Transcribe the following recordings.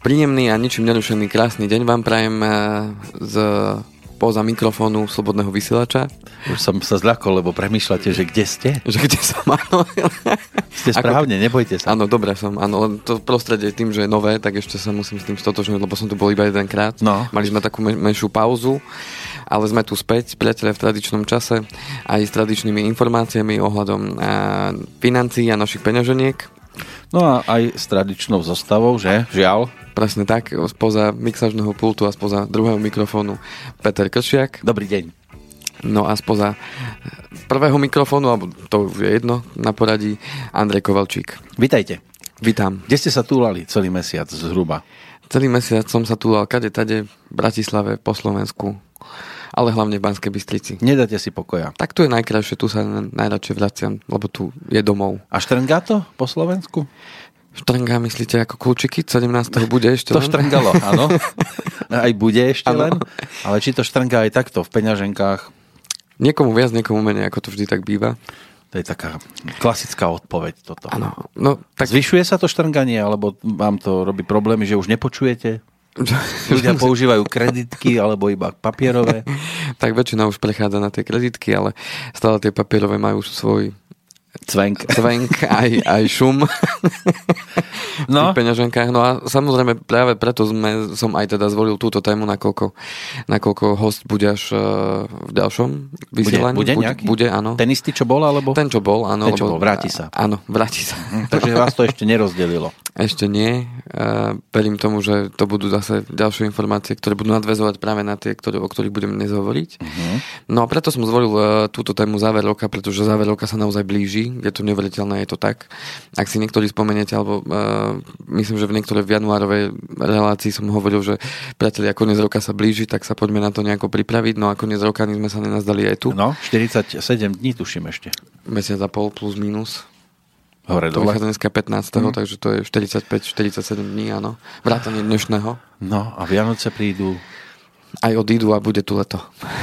Príjemný a ničím nerušený krásny deň vám prajem poza mikrofónu Slobodného vysielača. Už som sa zľakol, lebo premýšľate, že kde ste? Že kde som, áno. Ste správne, nebojte sa. Áno, dobre som, áno. Len to prostredie tým, že je nové, tak ešte sa musím s tým stotožniť, lebo som tu bol iba jedenkrát. No. Mali sme takú menšiu pauzu, ale sme tu späť, priatelia, v tradičnom čase, aj s tradičnými informáciami ohľadom financií a našich peňaženiek. No a aj s tradičnou zostavou, že? Žiaľ. Presne tak, spoza mixážneho pultu a spoza druhého mikrofónu Peter Kršiak. Dobrý deň. No a spoza prvého mikrofónu, alebo to už je jedno na poradí, Andrej Kovalčík. Vitajte. Vítam. Kde ste sa túlali celý mesiac zhruba? Celý mesiac som sa túlal kade-tade, v Bratislave, po Slovensku, ale hlavne v Banskej Bystrici. Nedáte si pokoja. Tak tu je najkrajšie, tu sa najradšej vraciam, lebo tu je domov. A štrngá to po Slovensku? Štrngá, myslíte, ako kľúčiky? 17. bude ešte to len? To štrngalo, áno. Aj bude ešte ano. len. Ale či to štrngá aj takto, v peňaženkách? Niekomu viac, niekomu menej, ako to vždy tak býva. To je taká klasická odpoveď toto. Áno. No, tak... Zvyšuje sa to štrnganie, alebo vám to robí problémy, že už nepočujete? Ľudia používajú kreditky alebo iba papierové? Tak väčšina už prechádza na tie kreditky, ale stále tie papierové majú svoj cvenk, aj šum no. v peňaženkách. No a samozrejme práve preto som aj teda zvolil túto tému, nakoľko host bude až v ďalšom vysielaní. Bude, áno. Ten istý, čo bol, alebo? Ten, čo bol, áno. Ten, čo bol, vráti sa. Áno, vráti sa. Takže vás to ešte nerozdelilo. Ešte nie. Verím tomu, že to budú zase ďalšie informácie, ktoré budú nadväzovať práve na tie, o ktorých budeme dnes hovoriť. Uh-huh. No a preto som zvolil túto tému záver roka, pretože záver roka sa naozaj blíži. Je to neuveriteľné, je to tak. Ak si niektorí spomeniete, alebo myslím, že v niektorej v januárovej relácii som hovoril, že priatelia, koniec roka sa blíži, tak sa poďme na to nejako pripraviť. No a koniec roka sme sa nenazdali aj tu. No, 47 dní tuším ešte. Mesiac a pol plus minus. Hore to dole. vychádza dneska 15. Takže to je 45-47 dní, áno. Vrátane dnešného. No a Vianoce prídu. Aj odídu a bude tu leto.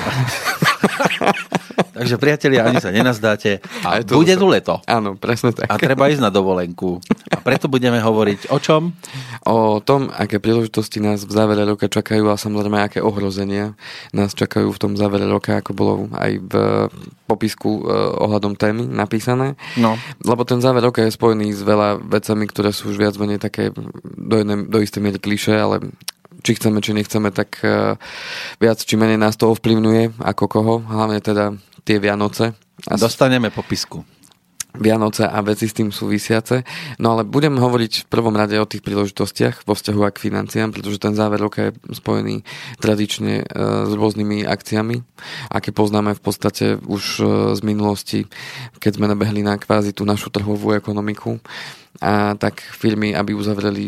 Takže priatelia, ani sa nenazdáte a bude tu leto. Áno, presne tak. A treba ísť na dovolenku. A preto budeme hovoriť o čom? O tom, aké príležitosti nás v závere roka čakajú a samozrejme, aké ohrozenia nás čakajú v tom závere roka, ako bolo aj v popisku ohľadom témy napísané. No. Lebo ten záver roka je spojený s veľa vecami, ktoré sú už viac menej také do istej miery klišé, ale či chceme, či nechceme, tak viac či menej nás to ovplyvňuje, ako koho, hlavne teda tie Vianoce. Dostaneme popisku. Vianoce a veci s tým súvisiace. No ale budem hovoriť v prvom rade o tých príležitostiach vo vzťahu aj k financiám, pretože ten záver roka je spojený tradične s rôznymi akciami, aké poznáme v podstate už z minulosti, keď sme nabehli na kvázi tú našu trhovú ekonomiku. A tak firmy, aby uzavreli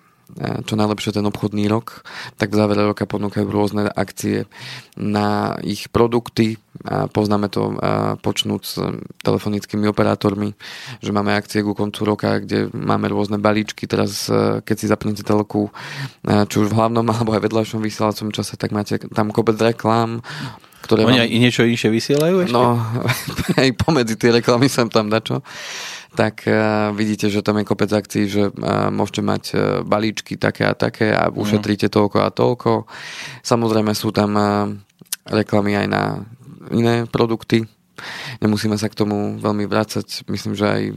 čo najlepšie ten obchodný rok, tak v závere roka ponúkajú rôzne akcie na ich produkty. A poznáme to počnúť s telefonickými operátormi, že máme akcie ku koncu roka, kde máme rôzne balíčky. Teraz, keď si zapnete telku, či už v hlavnom alebo aj vedľajšom vysielacom čase, tak máte tam kopec reklám, ktoré oni aj niečo inšie vysielajú ešte? No, aj pomedzi tie reklamy sem tam dačo. Tak vidíte, že tam je kopec akcií, že môžete mať balíčky také a také a ušetríte toľko a toľko. Samozrejme sú tam reklamy aj na iné produkty. Nemusíme sa k tomu veľmi vrácať. Myslím, že aj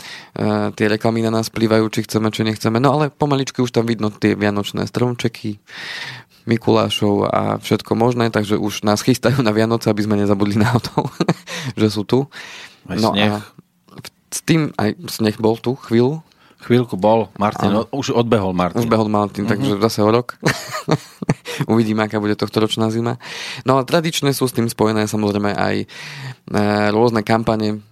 tie reklamy na nás vplyvajú, či chceme, či nechceme. No ale pomaličky už tam vidno tie vianočné stromčeky, Mikulášov a všetko možné, takže už nás chystajú na Vianoce, aby sme nezabudli náhodou, že sú tu. Aj no sneh. A s tým aj sneh bol tu chvíľu. Chvíľku bol, Martin, už odbehol Martin. Už behol Martin, takže zase o rok. Uvidíme, aká bude tohtoročná zima. No a tradične sú s tým spojené samozrejme aj rôzne kampane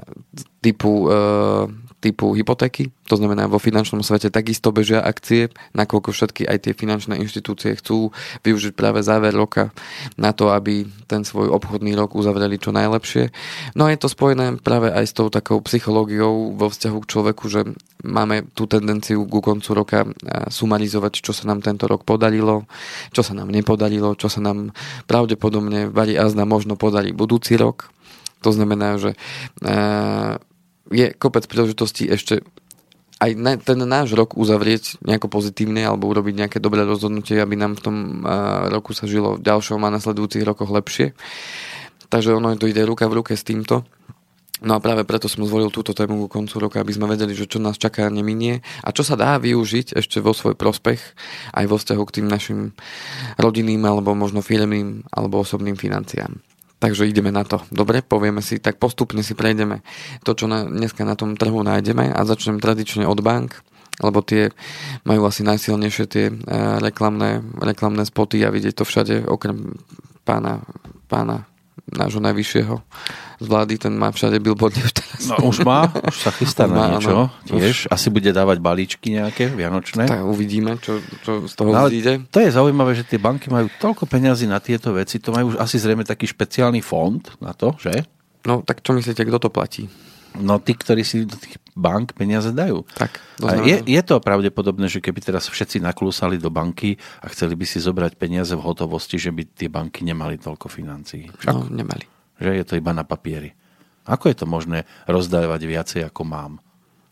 typu hypotéky. To znamená, vo finančnom svete takisto bežia akcie, nakoľko všetky aj tie finančné inštitúcie chcú využiť práve záver roka na to, aby ten svoj obchodný rok uzavreli čo najlepšie. No a je to spojené práve aj s tou takou psychológiou vo vzťahu k človeku, že máme tú tendenciu ku koncu roka sumarizovať, čo sa nám tento rok podarilo, čo sa nám nepodarilo, čo sa nám pravdepodobne vari azda možno podarí budúci rok. To znamená, že je kopec príležitostí ešte aj ten náš rok uzavrieť nejako pozitívne alebo urobiť nejaké dobré rozhodnutie, aby nám v tom roku sa žilo v ďalšom a nasledujúcich rokoch lepšie. Takže ono to ide ruka v ruke s týmto. No a práve preto som zvolil túto tému ku koncu roka, aby sme vedeli, že čo nás čaká neminie a čo sa dá využiť ešte vo svoj prospech aj vo vzťahu k tým našim rodinným alebo možno firmným alebo osobným financiám. Takže ideme na to. Dobre, povieme si, tak postupne si prejdeme to, čo dneska na tom trhu nájdeme a začnem tradične od bank, lebo tie majú asi najsilnejšie tie reklamné spoty a vidieť to všade, okrem pána nášho najvyššieho z vlády, ten má všade billboardy už teraz. No už sa chystá na niečo, tiež. Asi bude dávať balíčky nejaké vianočné. Tak uvidíme, čo z toho vzíde. To je zaujímavé, že tie banky majú toľko peňazí na tieto veci, to majú už asi zrejme taký špeciálny fond na to, že? No tak čo myslíte, kto to platí? No tí, ktorí si do tých bank peniaze dajú. Tak, je to pravdepodobné, že keby teraz všetci naklúsali do banky a chceli by si zobrať peniaze v hotovosti, že by tie banky nemali toľko financií. Však, no, nemali. Že je to iba na papieri. Ako je to možné rozdávať viacej, ako mám?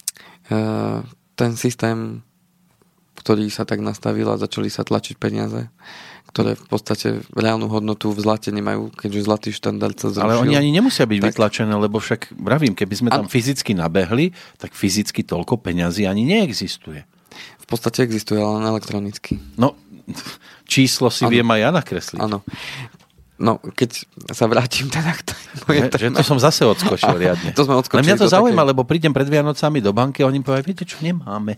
Ten systém, ktorý sa tak nastavil a začali sa tlačiť peniaze, ktoré v podstate reálnu hodnotu v zlate nemajú, keďže zlatý štandard sa zrušil. Ale oni ani nemusia byť vytlačené, lebo však vravím, keby sme tam fyzicky nabehli, tak fyzicky toľko peňazí ani neexistuje. V podstate existuje, ale len elektronicky. No, číslo si viem aj ja nakresliť. Áno. No, keď sa vrátim teda k že to som zase odskočil riadne. To sme odskočili. Ale mňa to zaujíma, lebo prídem pred Vianocami do banky a oni povedia, viete čo, nemáme.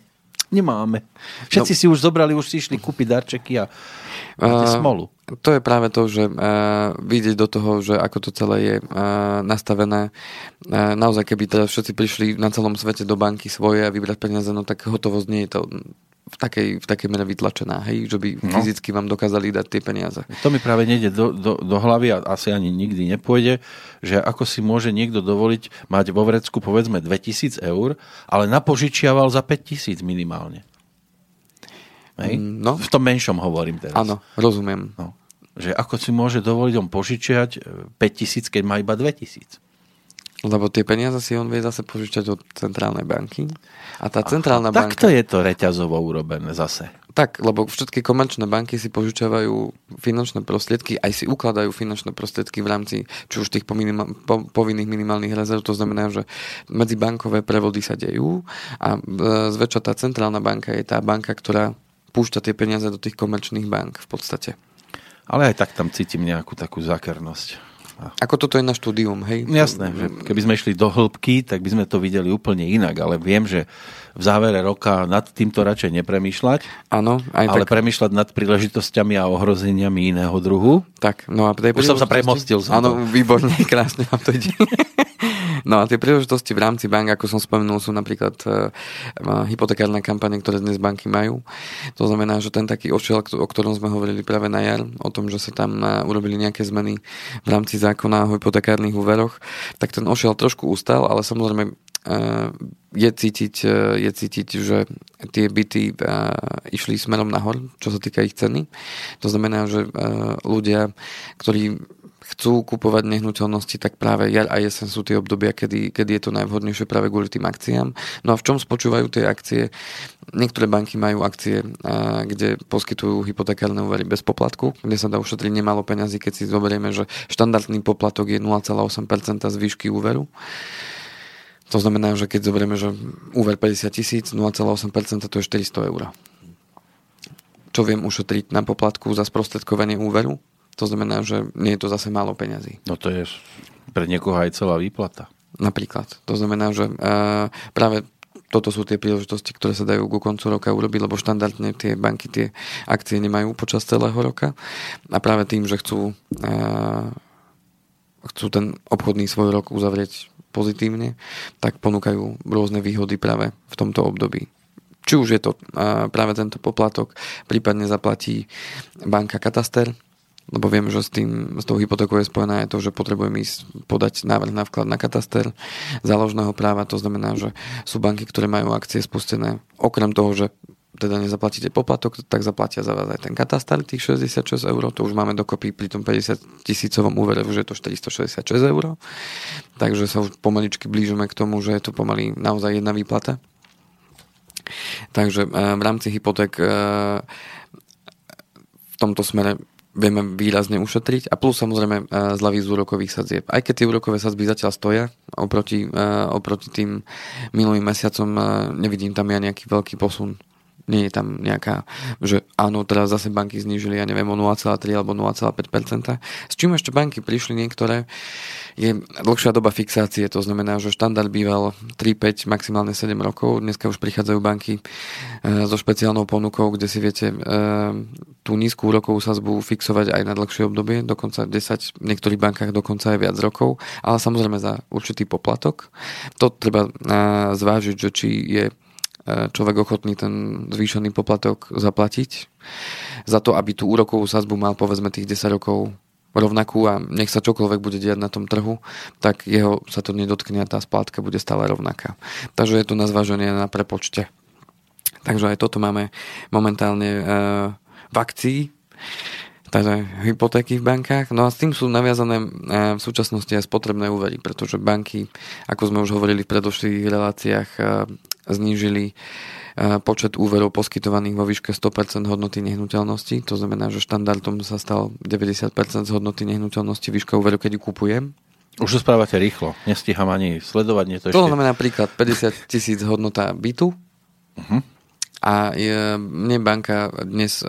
Všetci si už zobrali, už si išli kúpiť darčeky a smolu. To je práve to, že vidieť do toho, že ako to celé je nastavené. Naozaj, keby teraz všetci prišli na celom svete do banky svoje a vybrať peniaze, no tak hotovosť nie je to v takej mere vytlačená, hej, že by fyzicky vám dokázali dať tie peniaze. To mi práve nejde do hlavy a asi ani nikdy nepôjde, že ako si môže niekto dovoliť mať vo vrecku povedzme 2000 eur, ale napožičiaval za 5000 minimálne. Hej? No. V tom menšom hovorím teraz. Áno, rozumiem. No. Že ako si môže dovoliť on požičiať 5000, keď má iba 2000. Lebo tie peniaze si on vie zase požičať od centrálnej banky. A tá centrálna banka... Takto je to reťazovo urobené zase. Tak, lebo všetky komerčné banky si požičavajú finančné prostriedky, aj si ukladajú finančné prostriedky v rámci či už tých povinných minimálnych rezerv. To znamená, že medzibankové prevody sa dejú a zväčša tá centrálna banka je tá banka, ktorá púšťa tie peniaze do tých komerčných bank v podstate. Ale aj tak tam cítim nejakú takú zákernosť. Ako toto je na štúdium, hej? Jasné, že keby sme išli do hĺbky, tak by sme to videli úplne inak, ale viem, že v závere roka nad týmto radšej nepremýšľať, áno, ale premýšľať nad príležitosťami a ohrozeniami iného druhu. Tak, no a už som sa premostil. Áno, výborne, krásne vám to ide. No a tie príležitosti v rámci bank, ako som spomenul, sú napríklad hypotekárne kampane, ktoré dnes banky majú. To znamená, že ten taký ošiel, o ktorom sme hovorili práve na jar, o tom, že sa tam urobili nejaké zmeny v rámci zákona o hypotekárnych úveroch, tak ten ošiel trošku ustal, ale samozrejme je cítiť, že tie byty išli smerom nahor, čo sa týka ich ceny. To znamená, že ľudia, ktorí chcú kupovať nehnuteľnosti, tak práve jar a jeseň sú tie obdobia, kedy je to najvhodnejšie práve kvôli tým akciám. No a v čom spočúvajú tie akcie? Niektoré banky majú akcie, kde poskytujú hypotekárne úvery bez poplatku, kde sa dá ušetriť nemalo peňazí, keď si zoberieme, že štandardný poplatok je 0,8% z výšky úveru. To znamená, že keď zoberieme, že úver 50 000, 0,8% to je 400 eur. Čo viem ušetriť na poplatku za sprostredkovanie úveru? To znamená, že nie je to zase málo peňazí. No to je pre niekoho aj celá výplata. Napríklad. To znamená, že práve toto sú tie príležitosti, ktoré sa dajú ku koncu roka urobiť, lebo štandardne tie banky tie akcie nemajú počas celého roka. A práve tým, že chcú ten obchodný svoj rok uzavrieť pozitívne, tak ponúkajú rôzne výhody práve v tomto období. Či už je to práve tento poplatok, prípadne zaplatí banka kataster, lebo viem, že s tou hypotékou je spojená aj to, že potrebujem ísť podať návrh na vklad na kataster záložného práva. To znamená, že sú banky, ktoré majú akcie spustené. Okrem toho, že teda nezaplatíte poplatok, tak zaplatia za vás aj ten kataster, tých 66 eur. To už máme dokopy pri tom 50 000 úvere, už je to 466 eur. Takže sa už pomaličky blížime k tomu, že je to pomaly naozaj jedna výplata. Takže v rámci hypoték v tomto smere vieme výrazne ušetriť a plus samozrejme zľavy z úrokových sadzieb. Aj keď tie úrokové sadzby zatiaľ stoja oproti tým minulým mesiacom, nevidím tam ja nejaký veľký posun. Nie je tam nejaká, že áno, teraz zase banky znížili, ja neviem, o 0,3 alebo 0,5%. S čím ešte banky prišli niektoré, je dlhšia doba fixácie, to znamená, že štandard býval 3, 5, maximálne 7 rokov. Dneska už prichádzajú banky so špeciálnou ponukou, kde si viete tú nízku úrokovú sadzbu fixovať aj na dlhšie obdobie, dokonca 10, v niektorých bankách dokonca aj viac rokov, ale samozrejme za určitý poplatok. To treba zvážiť, že či je človek ochotný ten zvýšený poplatok zaplatiť za to, aby tú úrokovú sadzbu mal povedzme tých 10 rokov rovnakú a nech sa čokoľvek bude diať na tom trhu, tak jeho sa to nedotkne a tá splátka bude stále rovnaká. Takže je to na zváženie na prepočte. Takže aj toto máme momentálne v akcii, takže hypotéky v bankách. No a s tým sú naviazané v súčasnosti aj spotrebné úvery, pretože banky, ako sme už hovorili v predošlých reláciách, znížili počet úverov poskytovaných vo výške 100% hodnoty nehnuteľnosti. To znamená, že štandardom sa stal 90% z hodnoty nehnuteľnosti výška úveru, keď ju kupujem. Už to správate rýchlo. Nestíham ani sledovať. Nie to znamená napríklad 50 000 hodnota bytu a mne banka dnes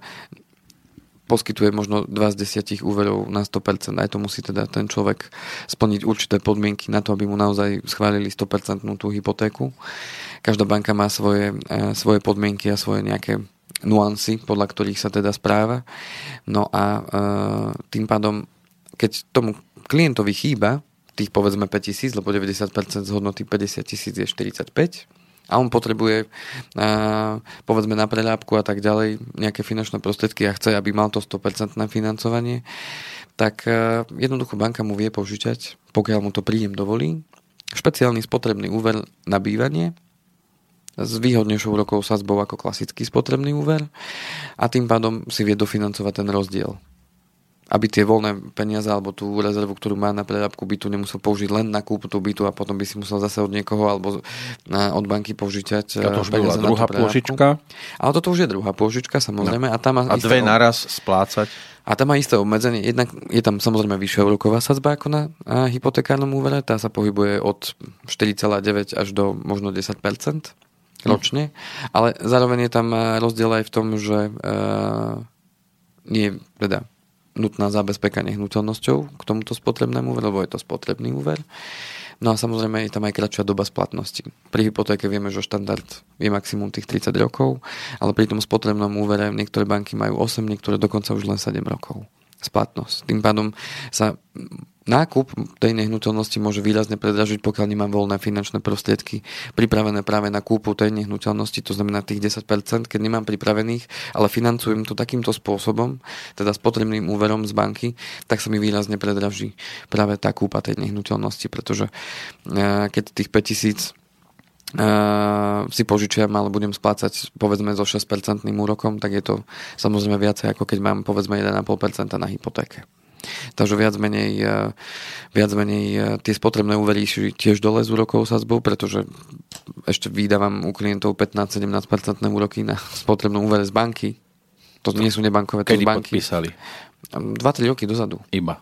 poskytuje možno 2 z 10 úverov na 100%. Aj to musí teda ten človek splniť určité podmienky na to, aby mu naozaj schválili 100% tú hypotéku. Každá banka má svoje podmienky a svoje nejaké nuancy, podľa ktorých sa teda správa. No a tým pádom, keď tomu klientovi chýba tých povedzme 5 000, lebo 90% z hodnoty 50 000 je 45, a on potrebuje povedzme na prerábku a tak ďalej nejaké finančné prostriedky a chce, aby mal to 100% financovanie, tak jednoducho banka mu vie požičať, pokiaľ mu to príjem dovolí, špeciálny spotrebný úver na bývanie s výhodnejšou úrokovou sadzbou ako klasický spotrebný úver a tým pádom si vie dofinancovať ten rozdiel. Aby tie voľné peniaze alebo tú rezervu, ktorú má na prerábku bytu, nemusel použiť len na kúpu tú bytu a potom by si musel zase od niekoho alebo od banky požičať a to už bola druhá pôžička. Ale toto už je druhá pôžička, samozrejme. No. A tam má dve naraz splácať. A tam má isté obmedzenie. Jednak je tam samozrejme vyššia úroková sadzba ako na hypotekárnom úvere. Tá sa pohybuje od 4,9 až do možno 10% ročne. Ale zároveň je tam rozdiel aj v tom, že nie je teda nutná zábezpeka nehnuteľnosťou k tomuto spotrebnému úveru, lebo je to spotrebný úver. No a samozrejme je tam aj kratšia doba splatnosti. Pri hypotéke vieme, že štandard je maximum tých 30 rokov, ale pri tom spotrebnom úvere niektoré banky majú 8, niektoré dokonca už len 7 rokov splatnosť. Tým pádom sa nákup tej nehnuteľnosti môže výrazne predražiť, pokiaľ nemám voľné finančné prostriedky pripravené práve na kúpu tej nehnuteľnosti, to znamená tých 10%, keď nemám pripravených, ale financujem to takýmto spôsobom, teda spotrebným úverom z banky, tak sa mi výrazne predraží práve tá kúpa tej nehnuteľnosti, pretože keď tých 5 000 si požičiam, ale budem splácať povedzme so 6% úrokom, tak je to samozrejme viacej, ako keď mám povedzme 1,5% na hypotéke. Takže viac menej tie spotrebné úvery išli tiež dole z úrokovou sadzbou, pretože ešte vydávam u klientov 15-17% úroky na spotrebnom úvere z banky. To nie sú nebankové, to z banky. Kedy podpísali? 2-3 roky dozadu. Iba.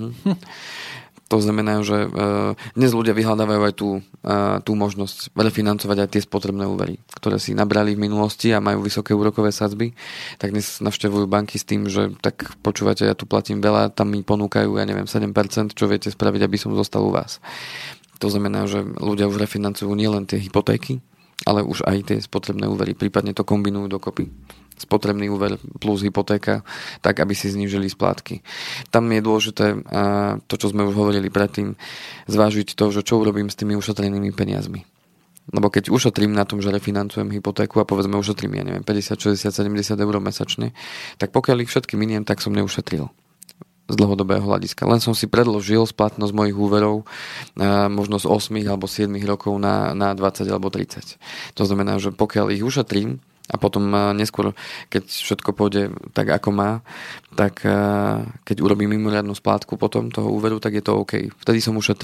To znamená, že dnes ľudia vyhľadávajú aj tú možnosť refinancovať aj tie spotrebné úvery, ktoré si nabrali v minulosti a majú vysoké úrokové sadzby, tak dnes navštevujú banky s tým, že tak počúvate, ja tu platím veľa, tam mi ponúkajú, ja neviem, 7%, čo viete spraviť, aby som zostal u vás. To znamená, že ľudia už refinancujú nielen tie hypotéky, ale už aj tie spotrebné úvery, prípadne to kombinujú dokopy. Spotrebný úver plus hypotéka, tak aby si znížili splátky. Tam je dôležité to, čo sme už hovorili predtým, zvážiť to, že čo urobím s tými ušetrenými peniazmi. Lebo keď ušetrím na tom, že refinancujem hypotéku a povedzme ušetrím, ja neviem, 50, 60, 70 eur mesačne, tak pokiaľ ich všetky miniem, tak som neušetril z dlhodobého hľadiska. Len som si predložil splatnosť mojich úverov možno z 8 alebo 7 rokov na 20 alebo 30. To znamená, že pokiaľ ich ušetrím a potom neskôr, keď všetko pôjde tak, ako má, tak keď urobím mimoriadnu splátku potom toho úveru, tak je to OK. Vtedy som ušetril.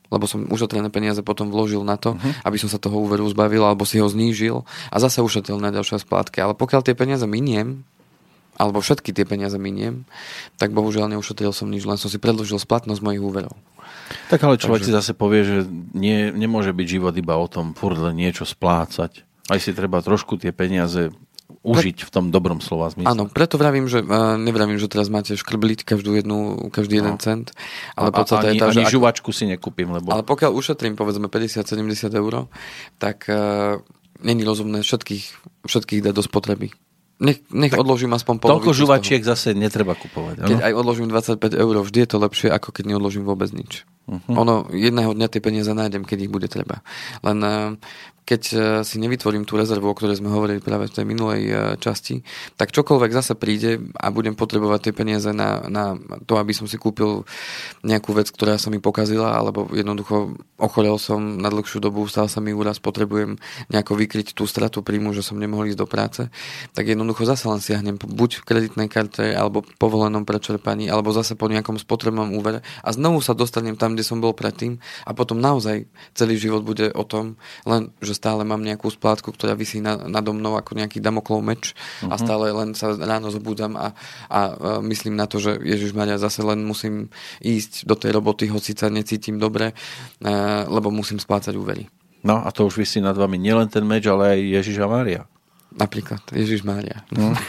lebo som ušetrené peniaze potom vložil na to, aby som sa toho úveru zbavil, alebo si ho znížil a zase ušetril na ďalšie splátky. Ale pokiaľ tie peniaze miniem, alebo všetky tie peniaze miniem, tak bohužiaľ neušetril som nič, len som si predĺžil splatnosť mojich úverov. Tak ale človek si zase povie, že nemôže byť život iba o tom furt len niečo splácať. Aj si treba trošku tie peniaze užiť v tom dobrom slova zmysle. Áno, preto nevravím, že teraz máte škrbliť každý jeden cent, ale podstate je tá, že žuvačku si nekúpim, lebo... Ale pokiaľ ušetrím povedzme 50-70 eur, tak není rozumné všetkých dať do spotreby. Nech odložím aspoň polovicu. Toľko žuvačiek zase netreba kupovať. Keď aj odložím 25 eur, vždy je to lepšie, ako keď neodložím vôbec nič. Ono jedného dňa tie peniaze nájdem, keď ich bude treba. Len keď si nevytvorím tú rezervu, o ktorej sme hovorili práve v tej minulej časti, tak čokoľvek zase príde a budem potrebovať tie peniaze na to, aby som si kúpil nejakú vec, ktorá sa mi pokazila, alebo jednoducho ochorel som na dlhšiu dobu, stal sa mi úraz, potrebujem nejako vykryť tú stratu príjmu, že som nemohol ísť do práce, tak jednoducho zase len siahnem buď v kreditnej karte, alebo povolenom prečerpaní, alebo zase po nejakom spotrebnom úvere a znovu sa dostanem tam, kde som bol predtým a potom naozaj celý život bude o tom, len že stále mám nejakú splátku, ktorá visí nado mnou ako nejaký Damoklov meč a stále len sa ráno zobúdam a myslím na to, že Ježišmaria, zase len musím ísť do tej roboty, hoci sa necítim dobre, lebo musím splácať úvery. No a to už visí nad vami nielen ten meč, ale aj Ježiša Mária. Napríklad Ježišmária.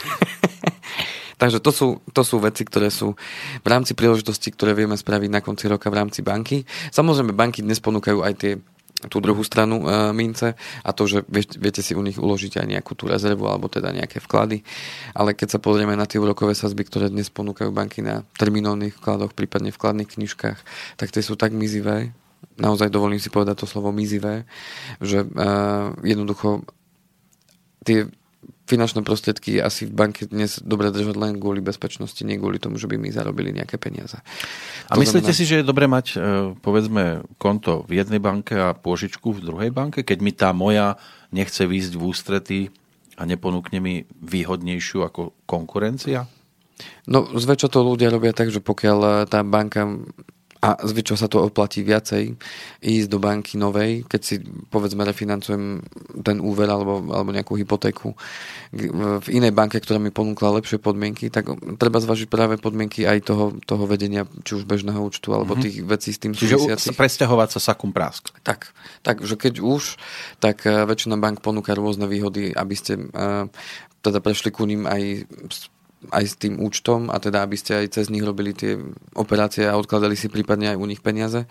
Takže to sú veci, ktoré sú v rámci príležitosti, ktoré vieme spraviť na konci roka v rámci banky. Samozrejme, banky dnes ponúkajú aj tú druhú stranu mince a to, že viete si u nich uložiť aj nejakú tú rezervu alebo teda nejaké vklady. Ale keď sa pozrieme na tie úrokové sadzby, ktoré dnes ponúkajú banky na terminálnych vkladoch, prípadne vkladných knižkách, tak tie sú tak mizivé, naozaj dovolím si povedať to slovo mizivé, že jednoducho tie finančné prostriedky asi v banke dnes dobre držať len kvôli bezpečnosti, nie kvôli tomu, že by mi zarobili nejaké peniaze. A myslíte si, že je dobre mať, povedzme, konto v jednej banke a pôžičku v druhej banke, keď mi tá moja nechce výjsť v ústrety a neponúkne mi výhodnejšiu ako konkurencia? No, zväčša to ľudia robia tak, že pokiaľ tá banka a zvyčajne sa to oplatí viacej ísť do banky novej, keď si povedzme refinancujem ten úver alebo nejakú hypotéku v inej banke, ktorá mi ponúkla lepšie podmienky, tak treba zvážiť práve podmienky aj toho vedenia, či už bežného účtu alebo tých vecí s tým súvisiacich. Čiže presťahovať sa sakum prásk. Tak, že keď už, tak väčšina bank ponúka rôzne výhody, aby ste teda prešli ku ním aj s tým účtom a teda aby ste aj cez nich robili tie operácie a odkladali si prípadne aj u nich peniaze.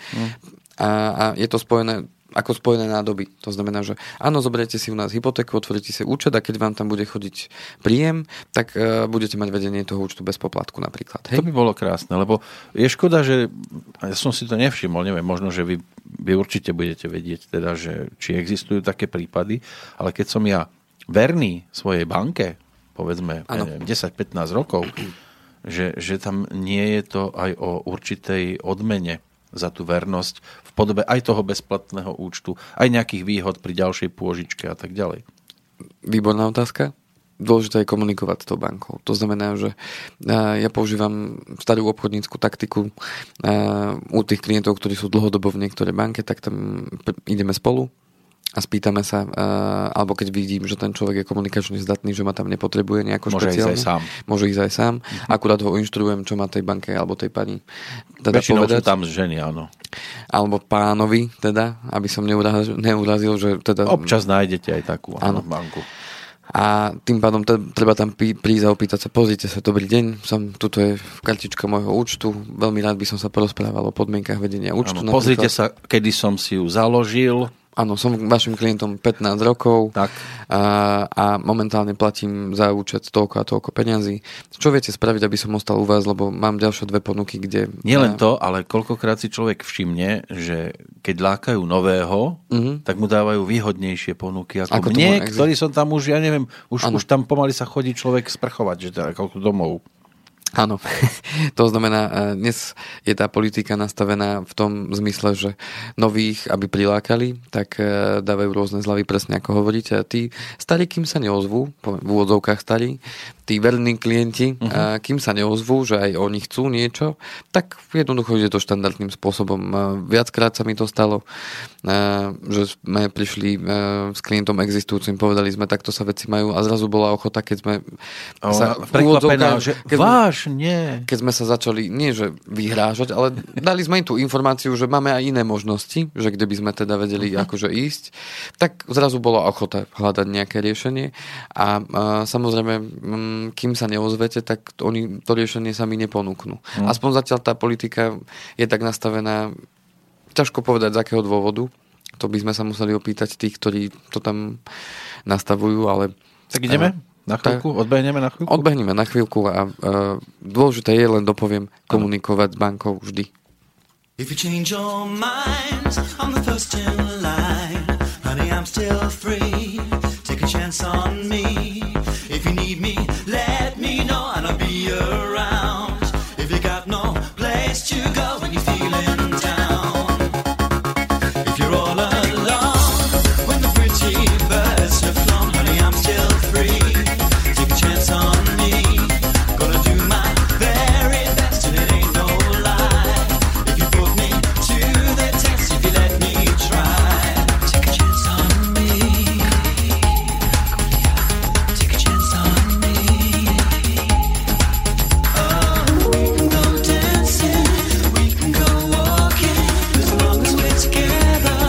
A je to spojené nádoby. To znamená, že áno, zoberiete si u nás hypotéku, otvoríte si účet a keď vám tam bude chodiť príjem, tak budete mať vedenie toho účtu bez poplatku napríklad. Hej? To by bolo krásne, lebo je škoda, že ja som si to nevšimol, neviem, možno, že vy určite budete vedieť teda, že či existujú také prípady, ale keď som ja verný svojej banke, povedzme 10-15 rokov, že tam nie je to aj o určitej odmene za tú vernosť v podobe aj toho bezplatného účtu, aj nejakých výhod pri ďalšej pôžičke a tak ďalej. Výborná otázka. Dôležité je komunikovať s tou bankou. To znamená, že ja používam starú obchodnícku taktiku u tých klientov, ktorí sú dlhodobo v niektorej banke, tak tam ideme spolu a spýtame sa, alebo keď vidím, že ten človek je komunikačne zdatný, že ma tam nepotrebuje nejako špeciálne. Môže ísť aj sám. Akurát ho inštruujem, čo má tej banke alebo tej pani teda väčšinou povedať. Väčšinou sú tam ženy, áno. Alebo pánovi, teda, aby som neurazil, že teda... Občas nájdete aj takú banku. A tým pádom treba tam prísť a opýtať sa, pozrite sa, dobrý deň, tuto je kartička môjho účtu, veľmi rád by som sa porozprával o podmienkach vedenia účtu. Áno, pozrite sa, kedy som si ju založil. Áno, som vašim klientom 15 rokov tak. A momentálne platím za účet toľko a toľko peňazí. Čo viete spraviť, aby som ostal u vás, lebo mám ďalšie 2 ponuky, kde... Nielen to, ale koľkokrát si človek všimne, že keď lákajú nového, tak mu dávajú výhodnejšie ponuky ako mne, ktorý som tam už, ja neviem, už tam pomaly sa chodí človek sprchovať, že teda koľko domov. Áno, to znamená, dnes je tá politika nastavená v tom zmysle, že nových, aby prilákali, tak dávajú rôzne zľavy, presne ako hovoríte. A tí starí, kým sa neozvú, v úvodzovkách starí, tí verní klienti, kým sa neozvú, že aj oni chcú niečo, tak jednoducho ide to štandardným spôsobom. Viackrát sa mi to stalo, že sme prišli s klientom existujúcim, povedali sme, takto sa veci majú a zrazu bola ochota, keď sme sa prekvapená, že nie. Keď sme sa začali, nie že vyhrážať, ale dali sme im tú informáciu, že máme aj iné možnosti, že kde by sme teda vedeli akože ísť, tak zrazu bola ochota hľadať nejaké riešenie a samozrejme, kým sa neozvete, tak oni to riešenie sami neponúknú. Aspoň zatiaľ tá politika je tak nastavená, ťažko povedať z akého dôvodu, to by sme sa museli opýtať tých, ktorí to tam nastavujú, ale... Tak ideme? Na chvíľku? Odbehneme na chvíľku? Odbehneme na chvíľku a dôležité je, len dopoviem, komunikovať s bankou vždy. If you change your mind, I'm the first in line. Honey, I'm still free. Take a chance on me. If you need me, let me know and I'll be around. If you got no place to go when you're feeling down. If you're all alone, when the pretty birds have flown, honey, I'm still free. On me, gonna do my very best and it ain't no lie. If you put me to the test, if you let me try, take a chance on me. Take a chance on me. Oh, we can go dancing, we can go walking, as long as we're together.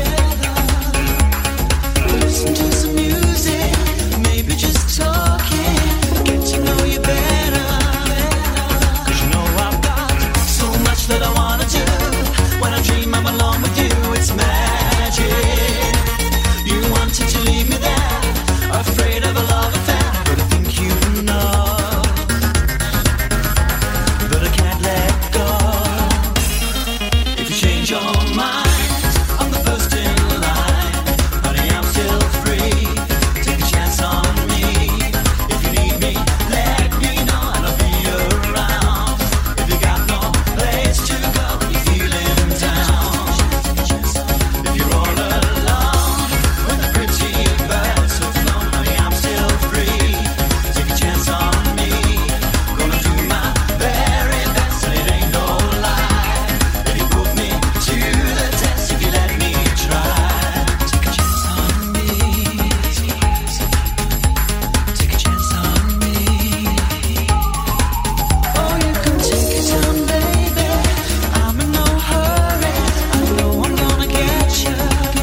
Listen to some music, maybe just talking. That I wanna do when I dream I'm alone with you, it's magic. You wanted to leave me there, afraid of a love affair, but I think you know that I can't let go. If you change your mind, I'm the first in line. Honey, I'm still free. Take a chance on me. If you need me, let me know and I'll be around. If you got no place to go when you're feeling down. If you're all alone, when the pretty birds have flown, honey, I'm still free. Take a chance on me. Gonna do my very best and it ain't no lie. If you put me to the test, if you let me try. Take a chance on me. Take a chance on me. Oh, you can take it on, baby. I'm in no hurry. I know I'm gonna get you.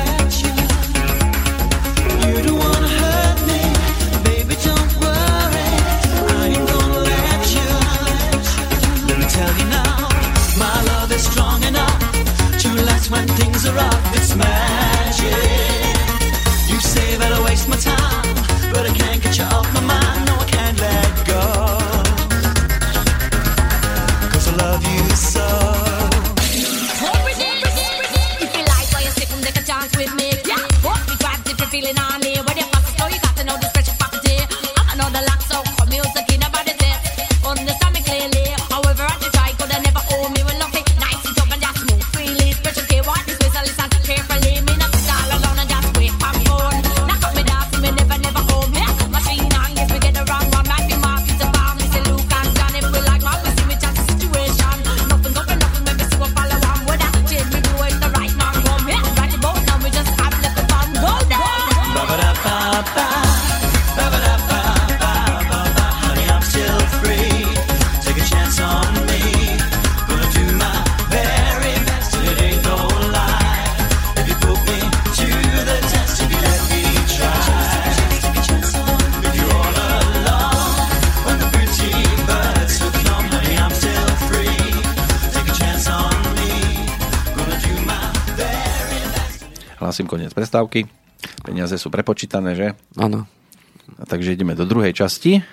You don't wanna hurt me, baby. Don't worry. I ain't gonna let you. Let me tell you now, my love is strong enough to last when things are rough. It's magic. You say that I waste my time, but I can't get you off my mind. No, I can't let go. 'Cause I love you so. If you like, why you stick and take a chance with me? Yeah, what we grab if you're feeling on me. When you pass the store, you got to know the special property. I know the lock, so come music in about it. Understand me clearly. However, I try, could I never own me. We love it nice and tough and just move freely. Special care, what is this? I listen carefully. Me not sit all alone and just wait for phone. Knock up me down, me never home. Yeah, machine on, yes, we get the wrong one. Might be Marcus and Bob, me say Luke and John. If we like what we see, we chat the situation. Nothing go for nothing, maybe see what follow on. With that change, me do it the right now. Come here, right the boat now, we just have left the fun go down. Ba-ba-da-ba-ba. Ba-ba-da-ba-ba-ba-ba. Honey, I'm still free. Take a chance on me. Gonna do my very best and it ain't no lie. If you put me to the test, if you let me try. If you're all alone, when the pretty birds have flown, honey, I'm still free. Take a chance on me. Gonna do my very best. Hlasím koniec prestávky. Peniaze sú prepočítané, že? Áno. A takže ideme do druhej časti.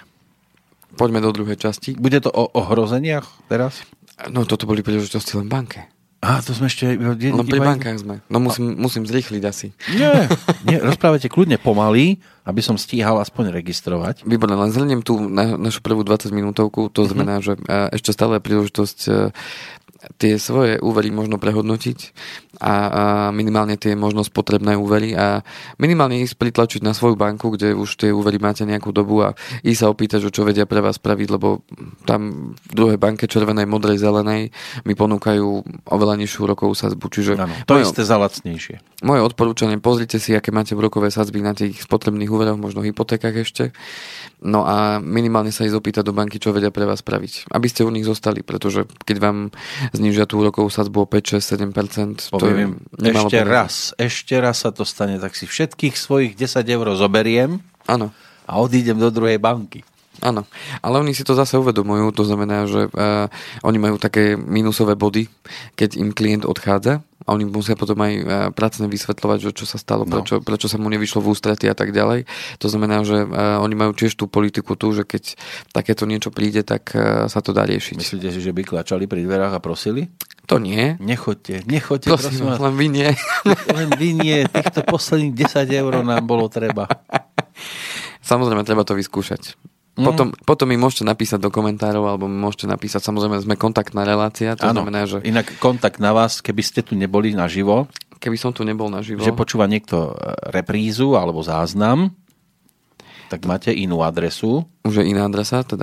Poďme do druhej časti. Bude to o ohrozeniach teraz? No toto boli príležitosti len v banke. To sme ešte... No pri bankách sme. No musím zrýchliť asi. Nie, rozprávajte kľudne pomaly, aby som stíhal aspoň registrovať. Výborné, len zhrniem tú našu prvú 20 minútovku. To znamená, že ešte stále je príležitosť tie svoje úvery možno prehodnotiť a minimálne tie možno spotrebné úvery a minimálne ísť pritlačiť na svoju banku, kde už tie úvery máte nejakú dobu a ísť sa opýtať, že čo vedia pre vás spraviť, lebo tam v druhej banke červenej, modrej, zelenej mi ponúkajú oveľa nižšiu rokovú sadzbu. Čiže to isté za lacnejšie. Moje odporúčanie, pozrite si, aké máte úrokové sadzby na tých spotrebných úveroch, možno hypotékach ešte. No a minimálne sa ísť opýtať do banky, čo vedia pre vás spraviť. Aby ste u nich zostali, pretože keď vám znižia tú úrokovú sadzbu o 5, 6, 7%, to je ešte raz sa to stane, tak si všetkých svojich 10 eur zoberiem. Áno. A odídem do druhej banky. Áno, ale oni si to zase uvedomujú, to znamená, že oni majú také mínusové body, keď im klient odchádza a oni musia potom aj pracne vysvetľovať, že čo sa stalo, prečo sa mu nevyšlo v ústrety a tak ďalej. To znamená, že oni majú tiež tú politiku tu, že keď takéto niečo príde, tak sa to dá riešiť. Myslíte si, že by klačali pri dverách a prosili? To nie. Nechoďte, prosím vás. Len vy nie. Len vy nie, týchto posledných 10 eur nám bolo treba. Samozrejme, treba to vyskúšať. Potom mi môžete napísať do komentárov, alebo mi môžete napísať, samozrejme sme kontaktná relácia, to znamená, že... Inak kontakt na vás, keby ste tu neboli naživo. Keby som tu nebol naživo. Že počúva niekto reprízu alebo záznam, tak máte inú adresu. Už je iná adresa, teda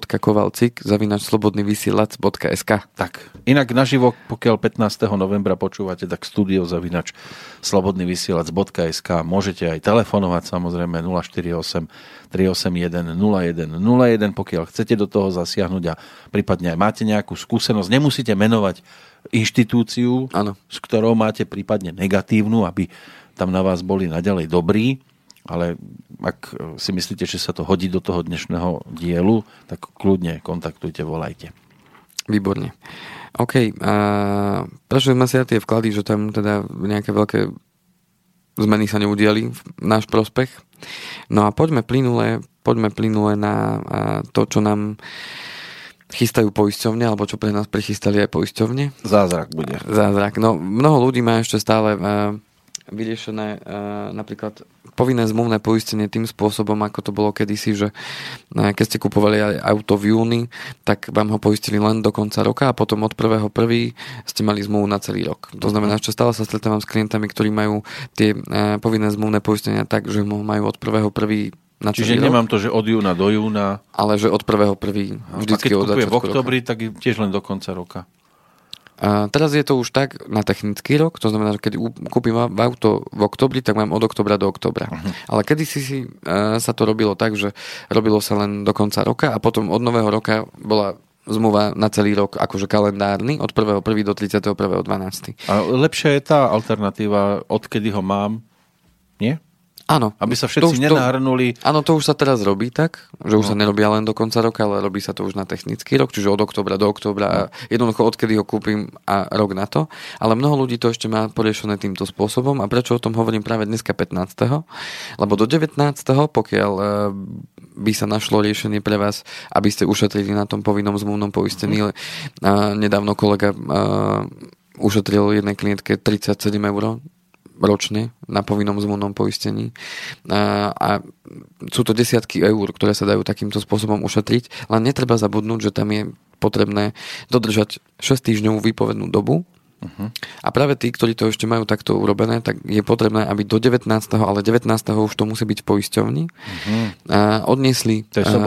andrej.kovalcik@slobodnyvysielac.sk. Tak, inak naživo, pokiaľ 15. novembra počúvate, tak studio@slobodnyvysielac.sk. Môžete aj telefonovať, samozrejme 048 381 0101, pokiaľ chcete do toho zasiahnuť a prípadne aj máte nejakú skúsenosť. Nemusíte menovať inštitúciu, s ktorou máte prípadne negatívnu, aby tam na vás boli naďalej dobrí. Ale ak si myslíte, že sa to hodí do toho dnešného dielu, tak kľudne kontaktujte, volajte. Výborne. OK. Prečo sme si tie vklady, že tam teda nejaké veľké zmeny sa neudiali v náš prospech. No a poďme plynule na to, čo nám chystajú poisťovne, alebo čo pre nás prichystali aj poisťovne. Zázrak bude. Zázrak. No, mnoho ľudí má ešte stále vyriešené napríklad povinné zmluvné poistenie tým spôsobom, ako to bolo kedysi, že keď ste kupovali aj auto v júni, tak vám ho poistili len do konca roka a potom od 1.1. ste mali zmluvu na celý rok. To znamená, že stále sa stretávam s klientami, ktorí majú tie povinné zmluvné poistenia tak, že majú od 1.1. na celý Čiže rok. Nemám to, že od júna do júna. Ale že od 1.1. vždycky od začiatku roka. A keď v oktobri, tak tiež len do konca roka. A teraz je to už tak na technický rok, to znamená, že keď kúpim auto v oktobri, tak mám od oktobra do oktobra. Ale kedysi sa to robilo tak, že robilo sa len do konca roka a potom od nového roka bola zmluva na celý rok, akože kalendárny, od 1.1. do 31.12. A lepšia je tá alternatíva, odkedy ho mám, nie? Áno. Aby sa všetci nenahrnuli. Áno, to už sa teraz robí tak, že už sa nerobia len do konca roka, ale robí sa to už na technický rok, čiže od októbra do októbra a jednoducho odkedy ho kúpim a rok na to. Ale mnoho ľudí to ešte má poriešené týmto spôsobom a prečo o tom hovorím práve dneska 15. Lebo do 19. pokiaľ by sa našlo riešenie pre vás, aby ste ušetrili na tom povinnom zmluvnom poistení. Nedávno kolega ušetril jednej klientke 37 € ročne na povinnom zmluvnom poistení. A sú to desiatky eur, ktoré sa dajú takýmto spôsobom ušetriť, len netreba zabudnúť, že tam je potrebné dodržať 6-týždňovú výpovednú dobu. A práve tí, ktorí to ešte majú takto urobené, tak je potrebné, aby do 19. ale 19. už to musí byť v poisťovni. Odniesli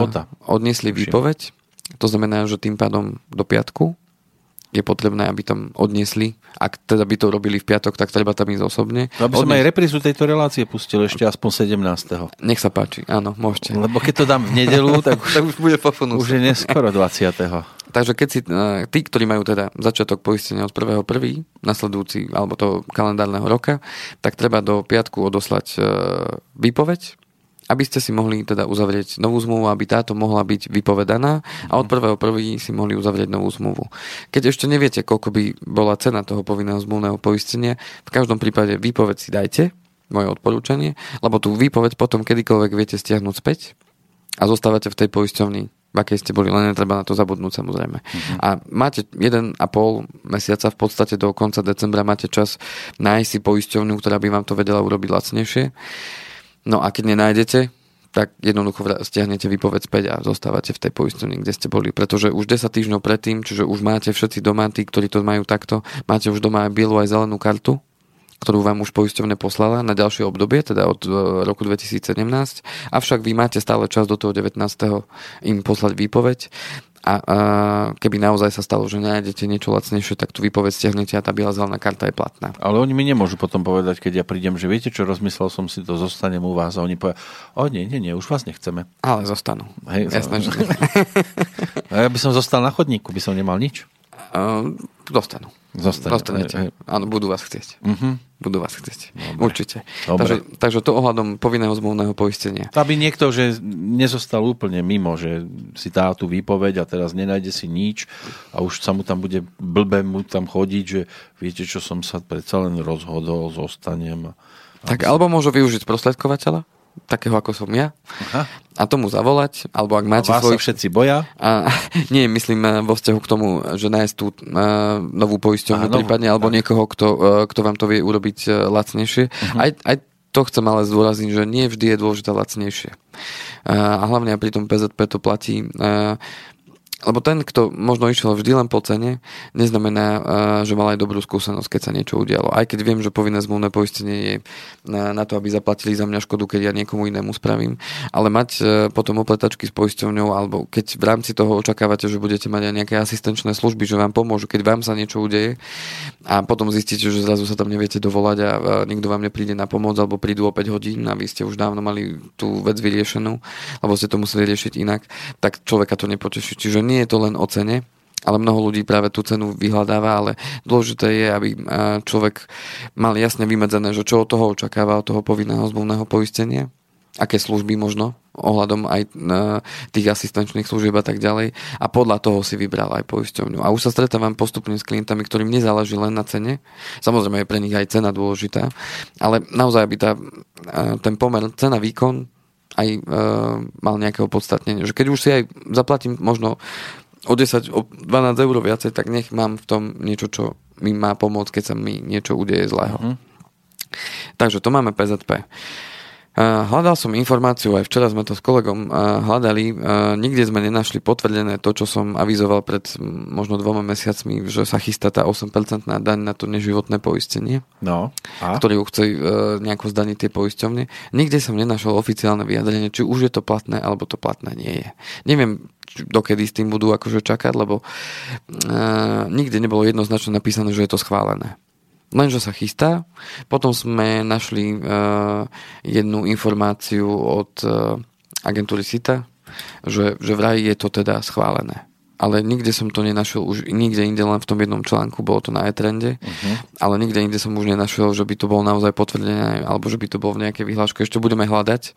výpoveď, to znamená, že tým pádom do piatku je potrebné, aby tam odniesli. Ak teda by to robili v piatok, tak treba tam ísť osobne. Aby som aj reprízu tejto relácie pustil ešte aspoň 17. Nech sa páči, áno, môžete. Lebo keď to dám v nedeľu, tak už bude pofunúť. Už je neskoro 20. Takže keď si tí, ktorí majú teda začiatok poistenia od 1.1. nasledujúci, alebo toho kalendárneho roka, tak treba do piatku odoslať výpoveď, aby ste si mohli teda uzavrieť novú zmluvu, aby táto mohla byť vypovedaná a od 1.1. si mohli uzavrieť novú zmluvu. Keď ešte neviete, koľko by bola cena toho povinného zmluvného poistenia, v každom prípade výpoveď si dajte, moje odporúčanie, lebo tú výpoveď potom kedykoľvek viete stiahnuť späť a zostávate v tej poisťovni v akej ste boli, len netreba na to zabudnúť samozrejme. A máte 1,5 mesiaca, v podstate do konca decembra máte čas nájsť si poisťovňu, ktorá by vám to vedela urobiť lacnejšie. No a keď nenájdete, tak jednoducho stiahnete výpoveď späť a zostávate v tej poisťovni, kde ste boli. Pretože už 10 týždňov predtým, čiže už máte všetci doma, tí, ktorí to majú takto, máte už doma aj bielu aj zelenú kartu, ktorú vám už poisťovne poslala na ďalšie obdobie, teda od roku 2017. Avšak vy máte stále čas do toho 19. im poslať výpoveď a keby naozaj sa stalo, že nájdete niečo lacnejšie, tak tú výpoveď stiahnete a tá biela zelená karta je platná. Ale oni mi nemôžu potom povedať, keď ja prídem, že viete čo, rozmyslel som si to, zostanem u vás a oni povedia, nie, už vás nechceme. Ale zostanú. Hej, jasné, že... A ja by som zostal na chodníku, by som nemal nič. Zostanete. Áno, budú vás chcieť. Budú vás chcieť. Dobre. Určite. Takže to ohľadom povinného zmluvného poistenia. Aby niekto, že nezostal úplne mimo, že si dá tú výpoveď a teraz nenájde si nič a už sa mu tam bude blbe mu tam chodiť, že viete čo, som sa predsa len rozhodol, zostanem. Tak alebo môžu využiť sprostredkovateľa, takého ako som ja. Aha. A tomu zavolať, alebo ak máte vás sa všetci boja? Nie, myslím vo vzťahu k tomu, že nájsť tú novú poisťovňu prípadne, alebo niekoho, kto vám to vie urobiť lacnejšie. Aj to chcem ale zdôrazniť, že nie vždy je dôležité lacnejšie. A hlavne pri tom PZP to platí... Lebo ten, kto možno išiel vždy len po cene, neznamená, že mal aj dobrú skúsenosť, keď sa niečo udialo. Aj keď viem, že povinné zmluvné poistenie je na to, aby zaplatili za mňa škodu, keď ja niekomu inému spravím. Ale mať potom opletačky s poisťovňou, alebo keď v rámci toho očakávate, že budete mať aj nejaké asistenčné služby, že vám pomôžu, keď vám sa niečo udeje a potom zistíte, že zrazu sa tam neviete dovolať a nikto vám nepríde na pomoc, alebo prídu o 5 hodín a vy ste už dávno mali tú vec vyriešenú, alebo ste to museli riešiť inak, tak človeka to nepoteší. Čiže nie je to len o cene, ale mnoho ľudí práve tú cenu vyhľadáva, ale dôležité je, aby človek mal jasne vymedzené, že čo od toho očakáva, od toho povinného zmluvného poistenia, aké služby možno, ohľadom aj tých asistenčných služieb a tak ďalej a podľa toho si vybral aj poisťovňu. A už sa stretávam postupne s klientami, ktorým nezáleží len na cene. Samozrejme je pre nich aj cena dôležitá, ale naozaj by ten pomer cena-výkon aj mal nejaké opodstatnenie. Že keď už si aj zaplatím možno o 10, o 12 eur viacej, tak nech mám v tom niečo, čo mi má pomôcť, keď sa mi niečo udeje zlého. Takže to máme PZP. Hľadal som informáciu, aj včera sme to s kolegom hľadali, nikde sme nenašli potvrdené to, čo som avizoval pred možno 2 mesiacmi, že sa chystá tá 8% daň na to neživotné poistenie, ktorý chce nejako zdaniť tie poisťovne. Nikde som nenašiel oficiálne vyjadrenie, či už je to platné, alebo to platné nie je. Neviem, dokedy s tým budú akože čakať, lebo nikde nebolo jednoznačne napísané, že je to schválené. Lenže sa chystá. Potom sme našli jednu informáciu od agentúry SITA, že vraj je to teda schválené. Ale nikde som to nenašiel, už nikde inde, len v tom jednom článku, bolo to na e-trende, ale nikde inde som už nenašiel, že by to bolo naozaj potvrdené, alebo že by to bolo v nejakej vyhláške. Ešte budeme hľadať.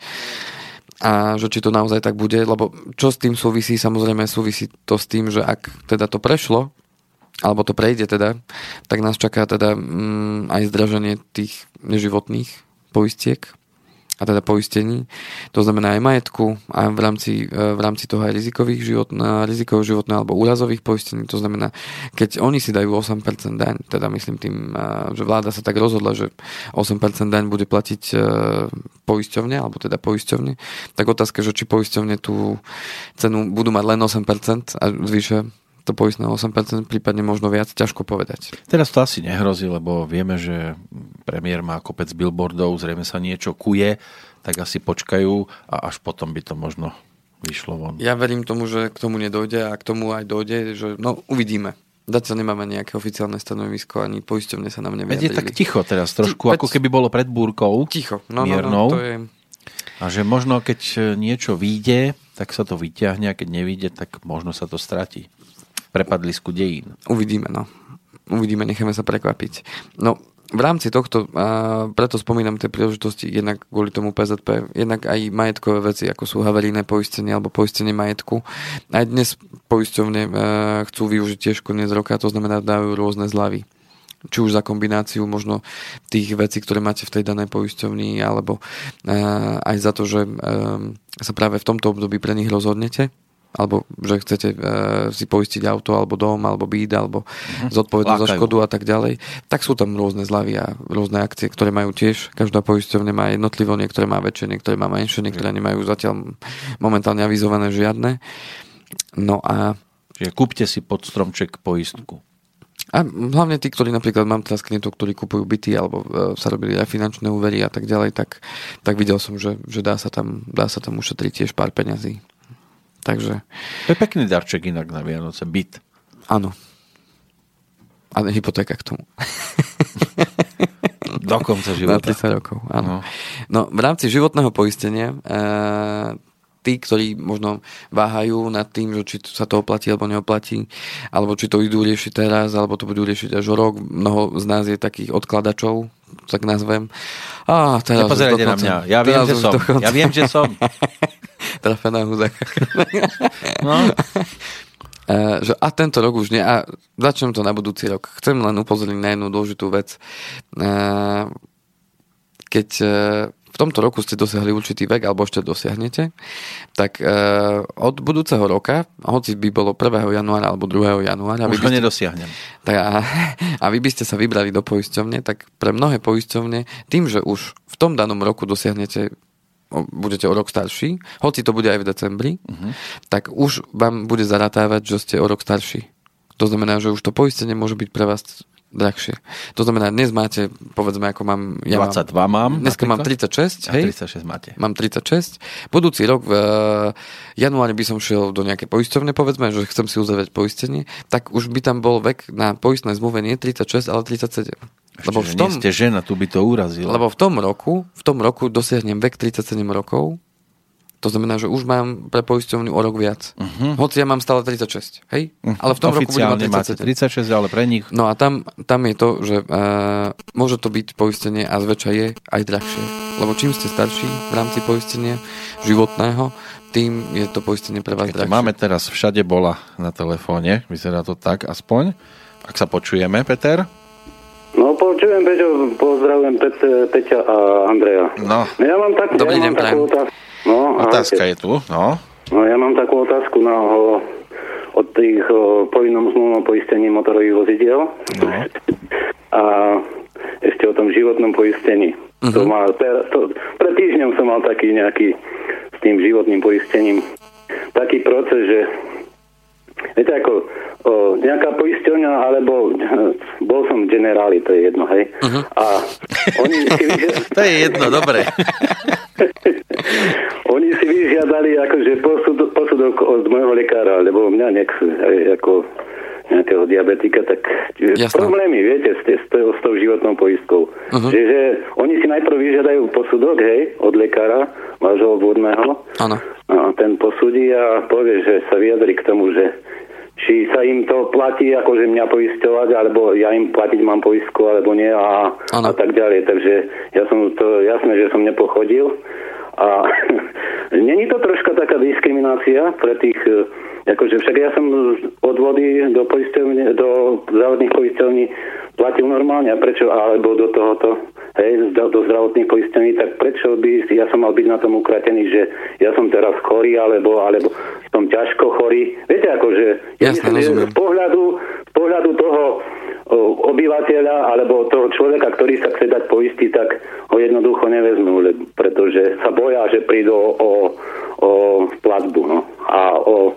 A že či to naozaj tak bude, lebo čo s tým súvisí, samozrejme súvisí to s tým, že ak teda to prešlo, alebo to prejde teda, tak nás čaká teda aj zdraženie tých neživotných poistiek a teda poistení. To znamená aj majetku a v rámci toho aj rizikového životného alebo úrazových poistení. To znamená, keď oni si dajú 8% daň, teda myslím tým, že vláda sa tak rozhodla, že 8% daň bude platiť poisťovne, alebo teda poisťovne, tak otázka, že či poisťovne tú cenu budú mať len 8% a zvýšia to poistné 8%, prípadne možno viac, ťažko povedať. Teraz to asi nehrozí, lebo vieme, že premiér má kopec billboardov, zrejme sa niečo kuje, tak asi počkajú a až potom by to možno vyšlo von. Ja verím tomu, že k tomu nedojde a k tomu aj dojde, že uvidíme. Zatiaľ nemáme nejaké oficiálne stanovisko, ani poisťovne sa nám nevyjadrili. Je tak ticho teraz trošku, ako keby bolo pred búrkou. Ticho, miernou. To je... A že možno keď niečo vyjde, tak sa to vyťahne a keď nevyjde, tak možno sa to stratí. Prepadlisku dejín. Uvidíme, necháme sa prekvapiť. V rámci tohto, preto spomínam tie príležitosti, jednak kvôli tomu PZP, jednak aj majetkové veci, ako sú havarijné poistenie alebo poistenie majetku. Aj dnes poisťovne chcú využiť tiež koniec roka, to znamená, dajú rôzne zľavy. Či už za kombináciu možno tých vecí, ktoré máte v tej danej poisťovni, alebo aj za to, že sa práve v tomto období pre nich rozhodnete. alebo že chcete si poistiť auto, alebo dom, alebo byt, alebo zodpovednosť za škodu a tak ďalej, tak sú tam rôzne zľavy a rôzne akcie, ktoré majú tiež. Každá poisťovňa má jednotlivo, niektoré má väčšie, niektoré má menšie, niektoré nemajú zatiaľ momentálne avizované žiadne. No a... Čiže kúpte si pod stromček poistku. A hlavne tí, ktorí napríklad mám teraz klientov, ktorí kupujú byty alebo sa robili aj finančné úvery a tak ďalej, tak videl som, že dá sa tam ušetriť tiež pár peňazí. Takže... To je pekný darček inak na Vianoce, byt. Áno. A hypotéka k tomu. Do konca života. Na 30 rokov, áno. No, v rámci životného poistenia tí, ktorí možno váhajú nad tým, že či sa to oplatí alebo neoplatí, alebo či to idú riešiť teraz, alebo to budú riešiť až o rok. Mnoho z nás je takých odkladačov, tak nazvem. Nepozerajte na mňa. Ja viem, že som. Trafená húzaka. No. A tento rok už nie. A začnem to na budúci rok. Chcem len upozorniť na jednu dôležitú vec. Keď v tomto roku ste dosiahli určitý vek, alebo ešte dosiahnete, tak od budúceho roka, hoci by bolo 1. januára alebo 2. januára... Už to nedosiahnem. A vy by ste sa vybrali do poisťovne, tak pre mnohé poisťovne, tým, že už v tom danom roku dosiahnete, budete o rok starší, hoci to bude aj v decembri, tak už vám bude zarátávať, že ste o rok starší. To znamená, že už to poistenie môže byť pre vás drahšie. To znamená, dnes máte, povedzme, ako mám... 22 mám. Dneska mám 36, hej? 36 máte. Mám 36. Budúci rok v januári by som šiel do nejaké poisťovne, povedzme, že chcem si uzavrieť poistenie, tak už by tam bol vek na poistnej zmluve nie 36, ale 37. Lebo v tom, nie ste žena, tu by to urazilo. Lebo v tom roku dosiahnem vek 37 rokov. To znamená, že už mám pre poisťovňu o rok viac. Hoci ja mám stále 36, hej? Ale v tom roku budem mať 36, ale pre nich... No a tam je to, že môže to byť poistenie a zväčša je aj drahšie. Lebo čím ste starší v rámci poistenia životného, tým je to poistenie pre vás drahšie. Máme teraz Všade bola na telefóne, vyzerá to tak aspoň. Ak sa počujeme, Peter? No, počujem, Peťo, pozdravujem Peťa a Andreja. No. Ja mám takú otázku. No, otázka je tu, no. No, ja mám takú otázku od tých povinnom zmluvnom poistení motorových vozidiel. No. A ešte o tom životnom poistení. Pred týždňom som mal taký nejaký s tým životným poistením taký proces, že viete, ako nejaká poisťovňa, alebo bol som v Generáli, to je jedno, hej. A oni si to je jedno, dobre. Oni si vyžiadali akože posudok od môjho lekára, lebo mňa nechcú, ako nejakého diabetika, tak problémy, viete, s tou životnou poistkou. Že oni si najprv vyžiadajú posudok, hej, od lekára, vášho obvodného. Áno. A ten posúdi a povie, že sa vyjadri k tomu, že či sa im to platí, akože mňa poisťovať, alebo ja im platiť mám poistku, alebo nie a tak ďalej. Takže ja som to, jasné, že som nepochodil. A není to troška taká diskriminácia pre tých, akože však ja som odvody do poisťovne, do zdravotných poisťovní platil normálne, a prečo, alebo do tohoto, hej, do zdravotných poisťovní, tak prečo by ja som mal byť na tom ukratený, že ja som teraz chorý, alebo som ťažko chorý. Viete, akože ja myslím, že z pohľadu toho obyvateľa alebo toho človeka, ktorý sa chce dať poistiť, tak ho jednoducho nevezmú, pretože sa boja, že prídu o platbu, no, a o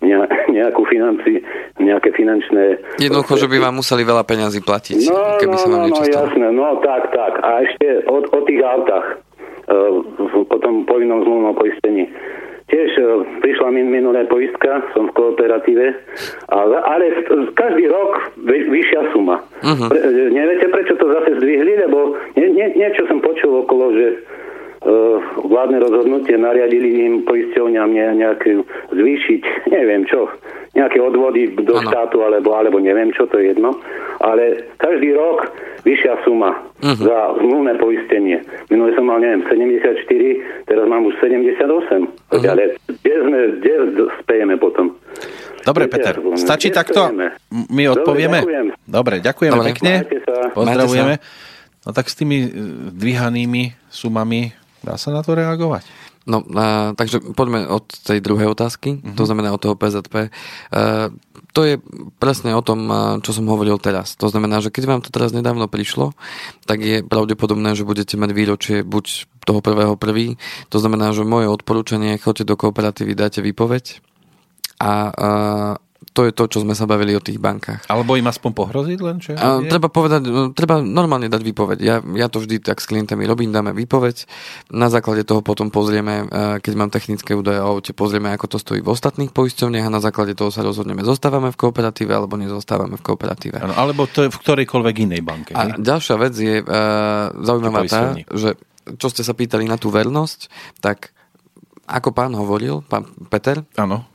nejaké finančné... Jednoducho, že by vám museli veľa peňazí platiť, keby sa vám niečo stalo. Jasné, tak. A ešte o tých autách, o tom povinnom zmluvnom poistení. Tiež prišla mi minulé poistka, som v kooperatíve, ale každý rok vyššia suma. Neviete, prečo to zase zdvihli, lebo niečo som počul okolo, že vládne rozhodnutie nariadili im poisťovňam nejaké zvýšiť, neviem čo, nejaké odvody do štátu, alebo neviem čo, to je jedno. Ale každý rok vyššia suma za zmluvné poistenie. Minulé som mal, neviem, 74, teraz mám už 78. Ale kde spejeme potom? Dobre, Peter, stačí takto? My odpovieme? Dobre, ďakujeme pekne. Pozdravujeme. No tak s tými dvíhanými sumami dá sa na to reagovať? No, takže poďme od tej druhej otázky, to znamená od toho PZP. To je presne o tom, čo som hovoril teraz. To znamená, že keď vám to teraz nedávno prišlo, tak je pravdepodobné, že budete mať výročie buď toho 1.1. To znamená, že moje odporúčanie, choďte do kooperatívy, dáte výpoveď a to je to, čo sme sa bavili o tých bankách. Alebo im aspoň pohroziť len? Čo treba povedať, treba normálne dať výpoveď. Ja to vždy tak s klientami robím, dáme výpoveď. Na základe toho potom pozrieme, keď mám technické údaje o aute, pozrieme, ako to stojí v ostatných poisťovniach a na základe toho sa rozhodneme, zostávame v kooperatíve alebo nezostávame v kooperatíve. Ano, alebo to je v ktorejkoľvek inej banke. A ďalšia vec je zaujímavá tá, že čo ste sa pýtali na tú vernosť, tak ako pán hovoril, pán Peter, áno,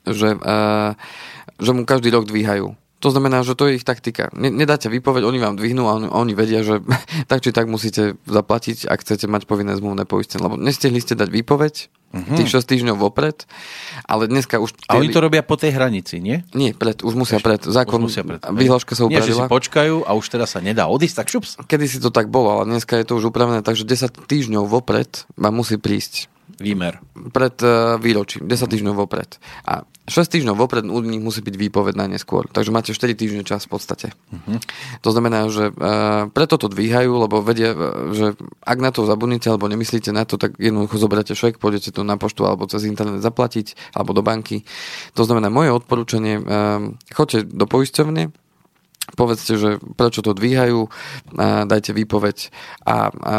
že mu každý rok dvíhajú. To znamená, že to je ich taktika. Nedáte výpoveď, oni vám dvihnú a oni vedia, že tak či tak musíte zaplatiť, ak chcete mať povinné zmluvné poistenie. Lebo nestihli ste dať výpoveď tých 6 týždňov vopred, ale dneska už... A oni to robia po tej hranici, nie? Nie, už musia pred. Zákon, vyhláška sa upravila. Nie, že si počkajú a už teraz sa nedá odísť, tak šups. Kedy si to tak bolo, ale dneska je to už upravené, takže 10 týždňov vopred vám musí prísť výmer. Pred výročím, 10 týždňov vopred. A 6 týždňov vopred u nich musí byť výpoveď najneskôr. Takže máte 4 týždne čas v podstate. To znamená, že preto to dvíhajú, lebo vedia, že ak na to zabudnete alebo nemyslíte na to, tak jednoducho zoberiete šek, pôjdete to na poštu alebo cez internet zaplatiť, alebo do banky. To znamená, moje odporúčanie, choďte do poisťovne, povedzte, že prečo to dvíhajú, dajte výpoveď a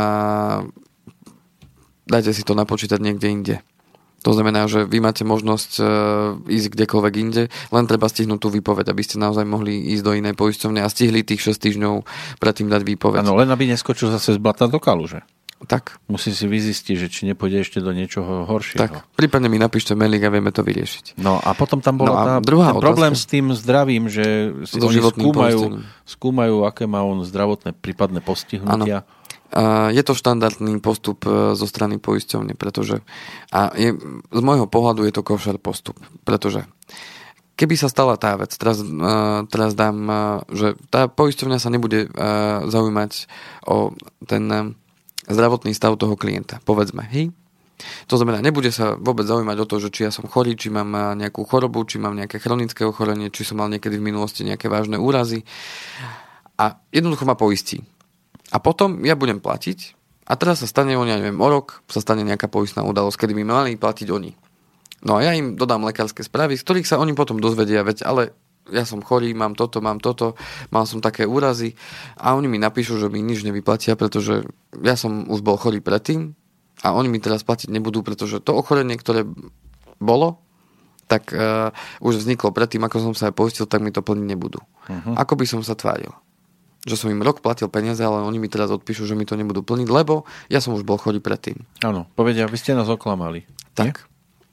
dajte si to napočítať niekde inde. To znamená, že vy máte možnosť ísť kdekoľvek inde, len treba stihnúť tú výpoveď, aby ste naozaj mohli ísť do inej poisťovne a stihli tých 6 týždňov predtým dať výpoveď. Áno, len aby neskočil zase z blata do kaluže. Tak. Musí si vyzistiť, že či nepôjde ešte do niečoho horšieho. Tak, prípadne mi napíšte mailík a vieme to vyriešiť. No a potom tam bola ten problém s tým zdravím, že si oni skúmajú, aké má on zdravotné prípadné postihnutia. Ano. Je to štandardný postup zo strany poisťovne, pretože z môjho pohľadu je to košer postup, pretože keby sa stala tá vec, teraz dám, že tá poisťovňa sa nebude zaujímať o ten zdravotný stav toho klienta, povedzme, hej? To znamená, nebude sa vôbec zaujímať o to, že či ja som chorý, či mám nejakú chorobu, či mám nejaké chronické ochorenie, či som mal niekedy v minulosti nejaké vážne úrazy a jednoducho ma poistí. A potom ja budem platiť a teraz sa stane, o rok sa stane nejaká poistná udalosť, kedy by mali platiť oni. No a ja im dodám lekárske správy, z ktorých sa oni potom dozvedia, veď ale ja som chorý, mám toto, mal som také úrazy a oni mi napíšu, že mi nič nevyplatia, pretože ja som už bol chorý predtým a oni mi teraz platiť nebudú, pretože to ochorenie, ktoré bolo, tak už vzniklo predtým, ako som sa aj poistil, tak mi to plniť nebudú. Ako by som sa tváril? Že som im rok platil peniaze, ale oni mi teraz odpíšu, že mi to nebudú plniť, lebo ja som už bol chorý predtým. Áno, povedia, vy ste nás oklamali. Tak.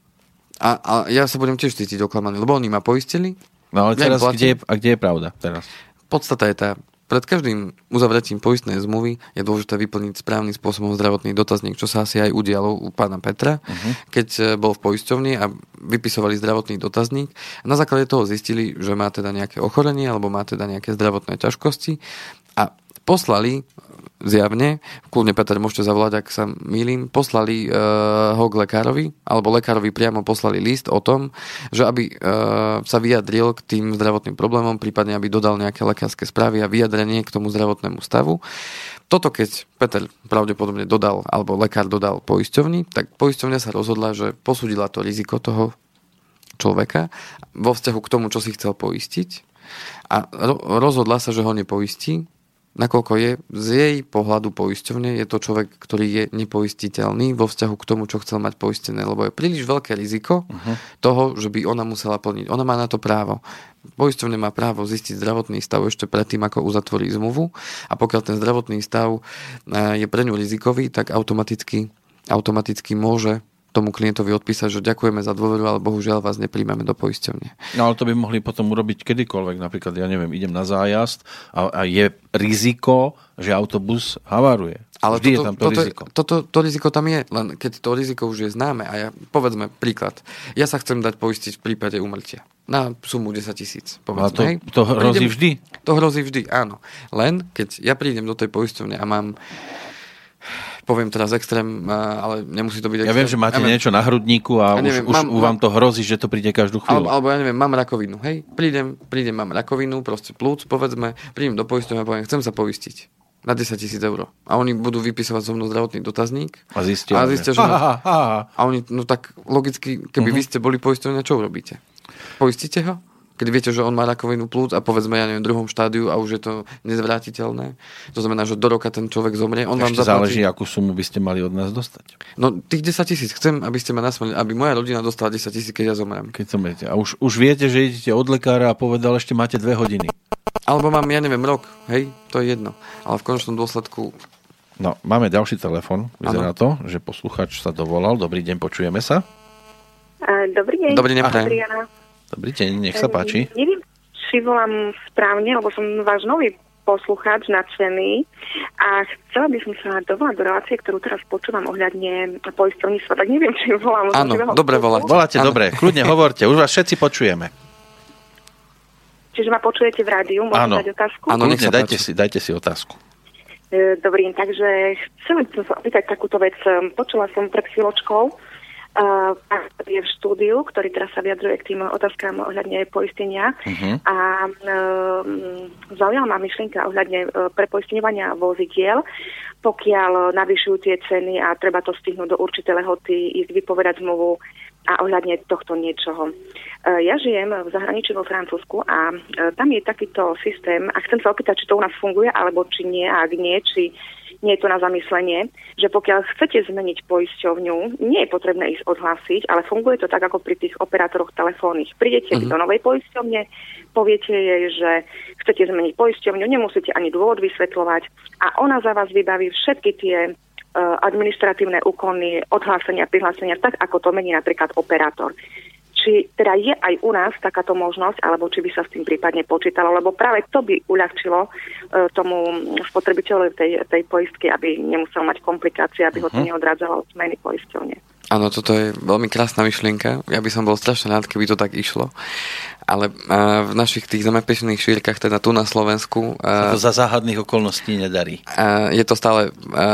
A ja sa budem tiež cítiť oklamaný, lebo oni ma poistili. No ale teraz, kde je pravda teraz? Podstata je tá, pred každým uzavretím poistnej zmluvy je dôležité vyplniť správnym spôsobom zdravotný dotazník, čo sa asi aj udialo u pána Petra, keď bol v poisťovni a vypisovali zdravotný dotazník. Na základe toho zistili, že má teda nejaké ochorenie alebo má teda nejaké zdravotné ťažkosti a poslali zjavne, kľudne Peter, môžete zavolať, ak sa mýlim, poslali ho k lekárovi, alebo lekárovi priamo poslali list o tom, že aby sa vyjadril k tým zdravotným problémom, prípadne aby dodal nejaké lekárske správy a vyjadrenie k tomu zdravotnému stavu. Toto keď Peter pravdepodobne dodal, alebo lekár dodal poisťovni, tak poisťovňa sa rozhodla, že posúdila to riziko toho človeka vo vzťahu k tomu, čo si chcel poistiť a rozhodla sa, že ho nepoistí, nakoľko je z jej pohľadu poisťovne, je to človek, ktorý je nepoistiteľný vo vzťahu k tomu, čo chcel mať poistené, lebo je príliš veľké riziko toho, že by ona musela plniť. Ona má na to právo. Poisťovne má právo zistiť zdravotný stav ešte predtým, ako uzatvorí zmluvu a pokiaľ ten zdravotný stav je pre ňu rizikový, tak automaticky môže tomu klientovi odpísať, že ďakujeme za dôveru, ale bohužiaľ vás nepríjmeme do poisťovne. No ale to by mohli potom urobiť kedykoľvek. Napríklad, ja neviem, idem na zájazd a je riziko, že autobus havaruje. Ale vždy je tam to riziko. To riziko tam je, len keď to riziko už je známe a povedzme príklad, ja sa chcem dať poistiť v prípade úmrtia na sumu 10 000. Povedzme, to hrozí vždy? To hrozí vždy, áno. Len keď ja prídem do tej poisťovne a mám poviem teraz extrém, ale nemusí to byť extrém. Ja viem, že máte niečo na hrudníku a neviem, už vám to hrozí, že to príde každú chvíľu. Alebo ja neviem, mám rakovinu, hej? Prídem, mám rakovinu, proste plúc, povedzme, prídem do poisťovne a poviem, chcem sa poistiť na 10 000 eur. A oni budú vypisovať so mnou zdravotný dotazník. A zistia, že... A oni, no tak logicky, keby vy ste boli poisťovňa, čo urobíte? Poistíte ho? Keď viete, že on má rakovinu plúc a povedzme, ja neviem, v 2. štádiu a už je to nezvrátiteľné. To znamená, že do roka ten človek zomrie. On vám zaplatí... záleží, akú sumu by ste mali od nás dostať. No tých 10 000 chcem, aby ste ma nasmeli, aby moja rodina dostala 10 000, keď ja zomrem. Keď zomriete. A už viete, že idete od lekára a povedal, ešte máte 2 hodiny. Alebo mám, ja neviem, rok. Hej, to je jedno. Ale v konečnom dôsledku... No, máme ďalší telefon. Vyzerá to, že posluchač sa dovolal. Dobrý deň, počujeme sa. Dobrý deň. Dobrý deň, Dobrý deň, nech sa páči. Neviem, či volám správne, lebo som váš nový poslucháč nadšený a chcela by som sa dovolať do relácie, ktorú teraz počúvam ohľadne poisťovníctva, tak neviem, či volám. Áno, dobre voláte. Voláte dobre, kľudne hovorte, už vás všetci počujeme. Čiže ma počujete v rádiu, môžem dať otázku? Áno, nech sa dajte si otázku. Dobrý, takže chcela by som sa opýtať takúto vec. Počula som pred chvíľočkou, je v štúdiu, ktorý teraz sa vyjadruje k tým otázkám ohľadne poistenia a zaujala ma myšlienka ohľadne prepoistňovania vozidiel, pokiaľ navyšujú tie ceny a treba to stihnúť do určitej lehoty, ísť vypovedať zmluvu a ohľadne tohto niečoho. Ja žijem v zahraničí vo Francúzsku a tam je takýto systém a chcem sa opýtať, či to u nás funguje, alebo či nie, a ak nie, či nie je to na zamyslenie, že pokiaľ chcete zmeniť poisťovňu, nie je potrebné ísť odhlásiť, ale funguje to tak, ako pri tých operátoroch telefónnych. Prídete do novej poisťovne, poviete jej, že chcete zmeniť poisťovňu, nemusíte ani dôvod vysvetľovať a ona za vás vybaví všetky tie administratívne úkony, odhlásenia, prihlásenia, tak ako to mení napríklad operátor. Či teda je aj u nás takáto možnosť, alebo či by sa s tým prípadne počítalo, lebo práve to by uľahčilo tomu spotrebiteľovi tej poistky, aby nemusel mať komplikácie, aby ho to neodrádzalo od zmeny poisťovne. Áno, toto je veľmi krásna myšlienka. Ja by som bol strašne rád, keby to tak išlo. Ale v našich tých zemepisných šírkach, teda tu na Slovensku... Sa to za záhadných okolností nedarí. Je to stále...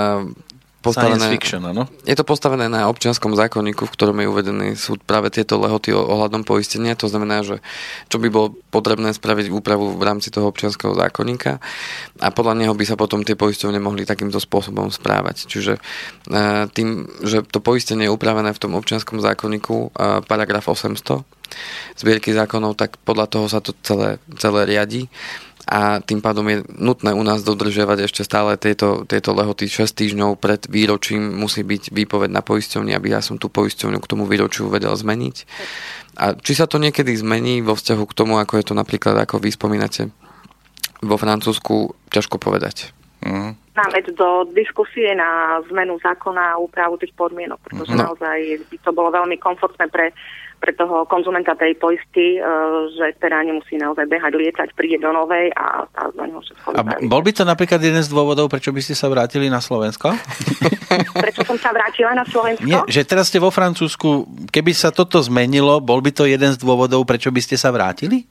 Science fiction, áno? Je to postavené na občianskom zákonníku, v ktorom je uvedený sú práve tieto lehoty ohľadom poistenia. To znamená, že čo by bolo potrebné spraviť úpravu v rámci toho občianskeho zákonníka a podľa neho by sa potom tie poisťovne mohli takýmto spôsobom správať. Čiže tým, že to poistenie je upravené v tom občianskom zákonníku paragraf 800 zbierky zákonov, tak podľa toho sa to celé riadi. A tým pádom je nutné u nás dodržiavať ešte stále tieto lehoty 6 týždňov pred výročím musí byť výpoveď na poisťovni, aby ja som tú poisťovňu k tomu výročiu vedel zmeniť. A či sa to niekedy zmení vo vzťahu k tomu, ako je to napríklad, ako vy spomínate vo Francúzsku, ťažko povedať. Máme do diskusie na zmenu zákona a úpravu tých podmienok, pretože naozaj by to bolo veľmi komfortné pre toho konzumenta tej poistky, že teda nemusí naozaj behať, lietať, príde do novej a za ňou všetko vybaví. A bol by to napríklad jeden z dôvodov, prečo by ste sa vrátili na Slovensko? Prečo som sa vrátila na Slovensko? Nie, že teraz ste vo Francúzsku, keby sa toto zmenilo, bol by to jeden z dôvodov, prečo by ste sa vrátili?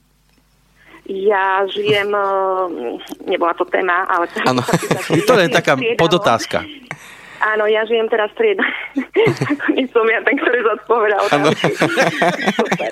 Ja žijem, nebola to téma, ale... Áno, to je taká podotázka. Áno, ja žijem teraz strieda. Ako nie som ja ten, ktorý zodpovedal otázky. Super.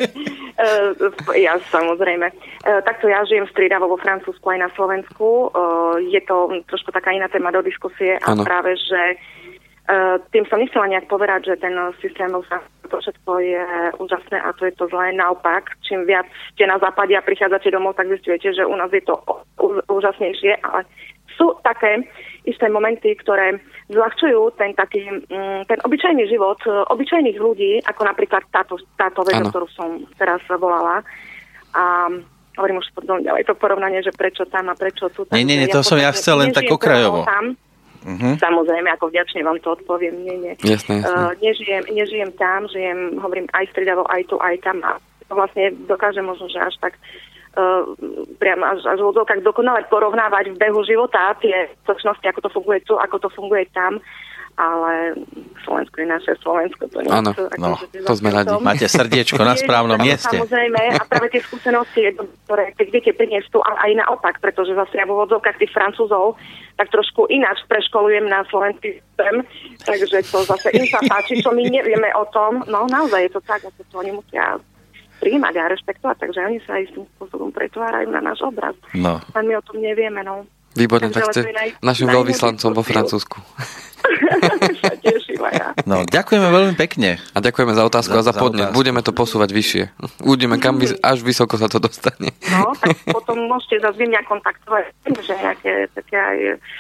Ja samozrejme. Takto ja žijem striedavo vo Francúzsku aj na Slovensku. Je to trošku taká iná téma do diskusie a práve, že tým som nechcela nejak povedať, že ten systém to všetko je úžasné a to je to zlé. Naopak, čím viac ste na západe a prichádzate domov, tak zistujete, že u nás je to úžasnejšie, ale sú také isté momenty, ktoré zľahčujú ten obyčajný život obyčajných ľudí, ako napríklad táto vec, ktorú som teraz volala. A hovorím už potom ďalej to porovnanie, že prečo tam a prečo tu. Nie, to som ja chcel len tak okrajovo. Samozrejme, ako vďačne vám to odpoviem. Nie. Jasné. Nežijem tam, hovorím aj striedavo, aj tu, aj tam. A vlastne dokážem možno, že až tak priam až v odzvukách dokonale porovnávať v behu života tie skutočnosti, ako to funguje tu, ako to funguje tam. ale Slovensko je naše Slovensko. To nie Áno, no, to sme radi. Máte srdiečko na správnom mieste. Samozrejme, a práve tie skúsenosti, ktoré keď viete priniesť tu, ale aj naopak, pretože zase ja vo vodzovkách tých Francúzov tak trošku ináč preškolujem na slovenský systém, takže to zase im sa páči, čo my nevieme o tom. No naozaj je to tak, ako to oni musia prijímať a rešpektovať, takže oni sa aj tým spôsobom pretvárajú na náš obraz. No. Len my o tom nevieme, no. Výborne, tak ste našim veľvyslancom vo Francúzsku. Sa teším aj ja. No, ďakujeme veľmi pekne. A ďakujeme za otázku a za podnet. otázku. Budeme to posúvať vyššie. Uvidíme, kam až vysoko sa to dostane. No, tak potom môžete zase mňa kontaktovať, že nejaké také aj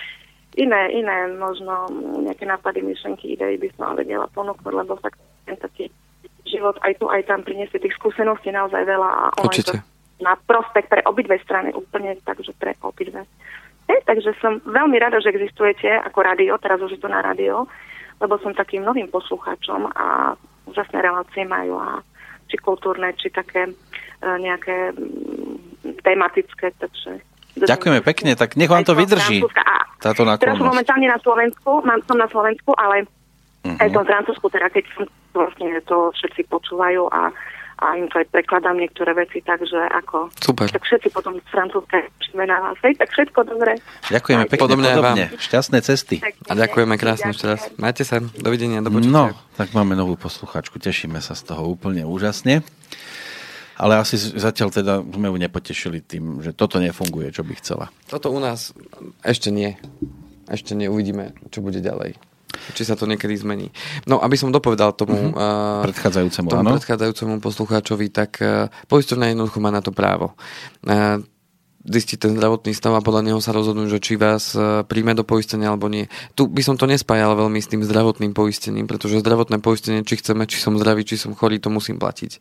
iné možno nejaké nápady, myšlenky, idei by som vedela ponúknuť, lebo tak ten taký život aj tu, aj tam priniesie tých skúseností naozaj veľa a ono je to na prospech pre obidve strany, úplne takže pre obidve. Takže som veľmi rada, že existujete ako rádio, teraz už je to na rádio, lebo som takým novým poslucháčom a úžasné relácie majú a či kultúrne, či také nejaké tematické, takže... Ďakujeme pekne, tak nech vám to vydrží. Táto náklonnosť. Teraz som momentálne na Slovensku, som na Slovensku, ale aj som v Francúzsku, teda keď som vlastne to všetci počúvajú a im to aj prekladám niektoré veci, takže ako... Super. Tak všetci potom z Francúzska číme na vás. Tak všetko dobre. Ďakujeme pekne, podobne. Šťastné cesty. A ďakujeme krásne ešte raz. Majte sa, dovidenia, do počutia. No, tak máme novú posluchačku, tešíme sa z toho úplne úžasne. Ale asi zatiaľ teda sme ju nepotešili tým, že toto nefunguje, čo by chcela. Toto u nás ešte nie. Ešte neuvidíme, čo bude ďalej. Či sa to niekedy zmení. No, aby som dopovedal tomu predchádzajúcemu poslucháčovi, tak poisťovňa jednoducho má na to právo. Zistiť ten zdravotný stav a podľa neho sa rozhodnúť, že či vás príjme do poistenia alebo nie. Tu by som to nespájal veľmi s tým zdravotným poistením, pretože zdravotné poistenie, či chceme, či som zdravý, či som chorý, to musím platiť.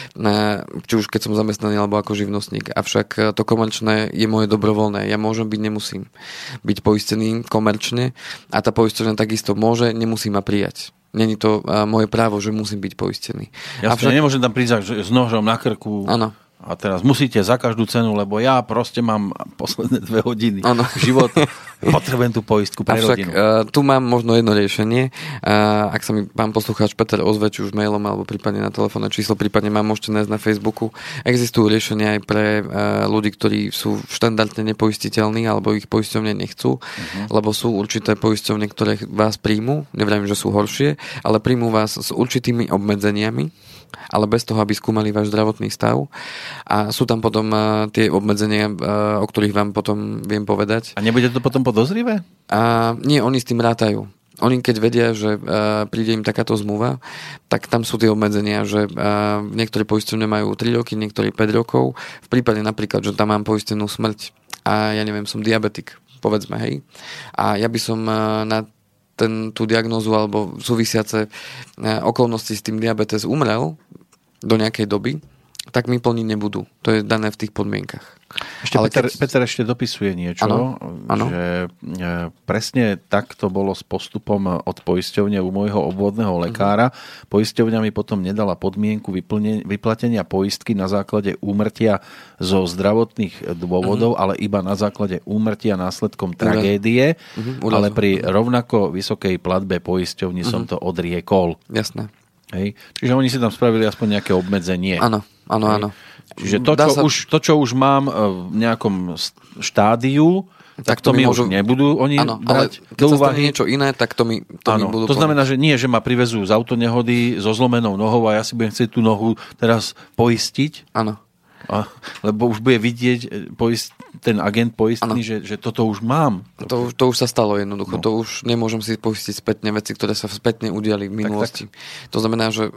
Či už keď som zamestnaný alebo ako živnostník. Avšak to komerčné je moje dobrovoľné. Ja môžem byť, nemusím byť poistený komerčne a tá poisťovňa takisto môže, nemusí ma prijať. Není to moje právo, že musím byť poistený. Avšak nemôžem tam prísť s nožom na krku. Áno. A teraz musíte za každú cenu, lebo ja proste mám posledné 2 hodiny života. Potrebujem tú poistku pre rodinu. Tu mám možno jedno riešenie. Ak sa mi pán poslucháč Peter ozve, či už mailom, alebo prípadne na telefónne číslo, prípadne mám môžete nájsť na Facebooku. Existujú riešenia aj pre ľudí, ktorí sú štandardne nepoistiteľní, alebo ich poisťovne nechcú, lebo sú určité poisťovne, ktoré vás príjmu, neviem, že sú horšie, ale príjmu vás s určitými obmedzeniami, ale bez toho, aby skúmali váš zdravotný stav. A sú tam potom tie obmedzenia, o ktorých vám potom viem povedať. A nebude to potom podozrivé? Nie, oni s tým rátajú. Oni keď vedia, že príde im takáto zmluva, tak tam sú tie obmedzenia, že niektoré poisťovne majú 3 roky, niektorí 5 rokov. V prípade napríklad, že tam mám poistenú smrť a ja neviem, som diabetik, povedzme, hej. A ja by som na tú diagnózu alebo súvisiace okolnosti s tým diabetes umrel do nejakej doby, tak mi plniť nebudú. To je dané v tých podmienkach. Ešte Peter ešte dopisuje niečo, že presne tak to bolo s postupom od poisťovne u môjho obvodného lekára. Poisťovňa mi potom nedala podmienku vyplatenia poistky na základe úmrtia zo zdravotných dôvodov, ale iba na základe úmrtia následkom tragédie, ale pri rovnako vysokej platbe poisťovni som to odriekol. Jasné. Hej. Čiže oni si tam spravili aspoň nejaké obmedzenie. Áno. Čiže to, čo už mám v nejakom štádiu, tak to mi už nebudú oni brať do úvahy. Niečo iné, tak to mi budú to znamená, že nie, že ma privezú z autonehody so zlomenou nohou a ja si budem chcieť tú nohu teraz poistiť. Áno. Lebo už bude vidieť ten agent poistný, že toto už mám. To už sa stalo jednoducho. To už nemôžem si poistiť spätne veci, ktoré sa spätne udiali v minulosti. Tak. To znamená, že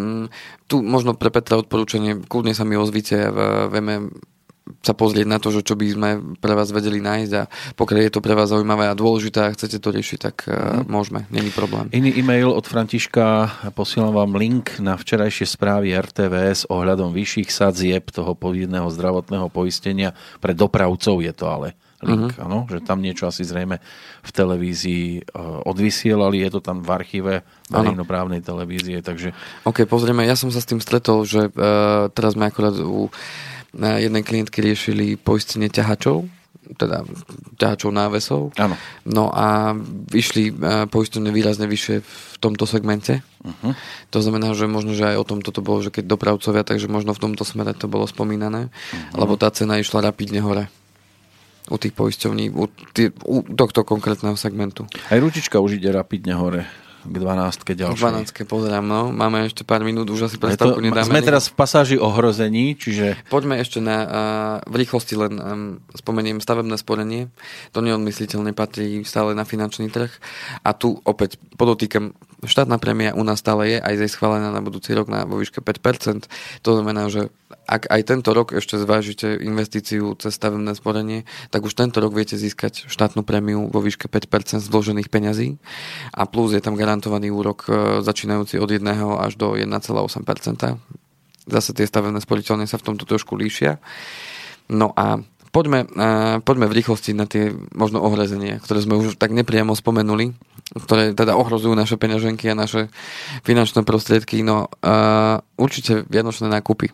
tu možno pre Petra odporúčanie, kľudne sa mi ozvíte a vieme sa pozrieť na to, že čo by sme pre vás vedeli nájsť a pokiaľ je to pre vás zaujímavé a dôležité a chcete to riešiť, tak môžeme, není problém. Iný e-mail od Františka, posielam vám link na včerajšie správy RTVS ohľadom vyšších sadzieb toho povinného zdravotného poistenia pre dopravcov je to ale link, áno, že tam niečo asi zrejme v televízii odvysielali, je to tam v archíve verejnoprávnej televízie, takže... OK, pozrieme, ja som sa s tým stretol, že teraz sme akorát u jednej klientky riešili poistenie ťahačov teda ťahačov návesov. Áno. No a vyšli poisťovne výrazne vyššie v tomto segmente. Uh-huh. To znamená, že možno, že aj o tom toto bolo, že keď dopravcovia, takže možno v tomto smere to bolo spomínané, lebo tá cena išla rapidne hore u tých poisťovní, u tohto konkrétneho segmentu. Aj ručička už ide rapidne hore. K 12-ke ďalšej. 12-ke pozerám, no. Máme ešte pár minút, už asi prestávku nedáme. Sme teraz v pasáži ohrození, čiže... Poďme ešte v rýchlosti len spomeniem stavebné sporenie. To neodmysliteľne patrí stále na finančný trh. A tu opäť podotýkam, štátna prémia u nás stále je aj schválená na budúci rok vo výške 5%. To znamená, že ak aj tento rok ešte zvážite investíciu cez stavebné sporenie, tak už tento rok viete získať štátnu prémiu vo výške 5% z vložených peňazí. A plus je tam garantovaný úrok začínajúci od 1 až do 1,8%. Zase tie stavebné sporiteľne sa v tomto trošku líšia. No a poďme v rýchlosti na tie možno ohrozenia, ktoré sme už tak nepriamo spomenuli, ktoré teda ohrozujú naše peňaženky a naše finančné prostriedky. No určite vianočné nákupy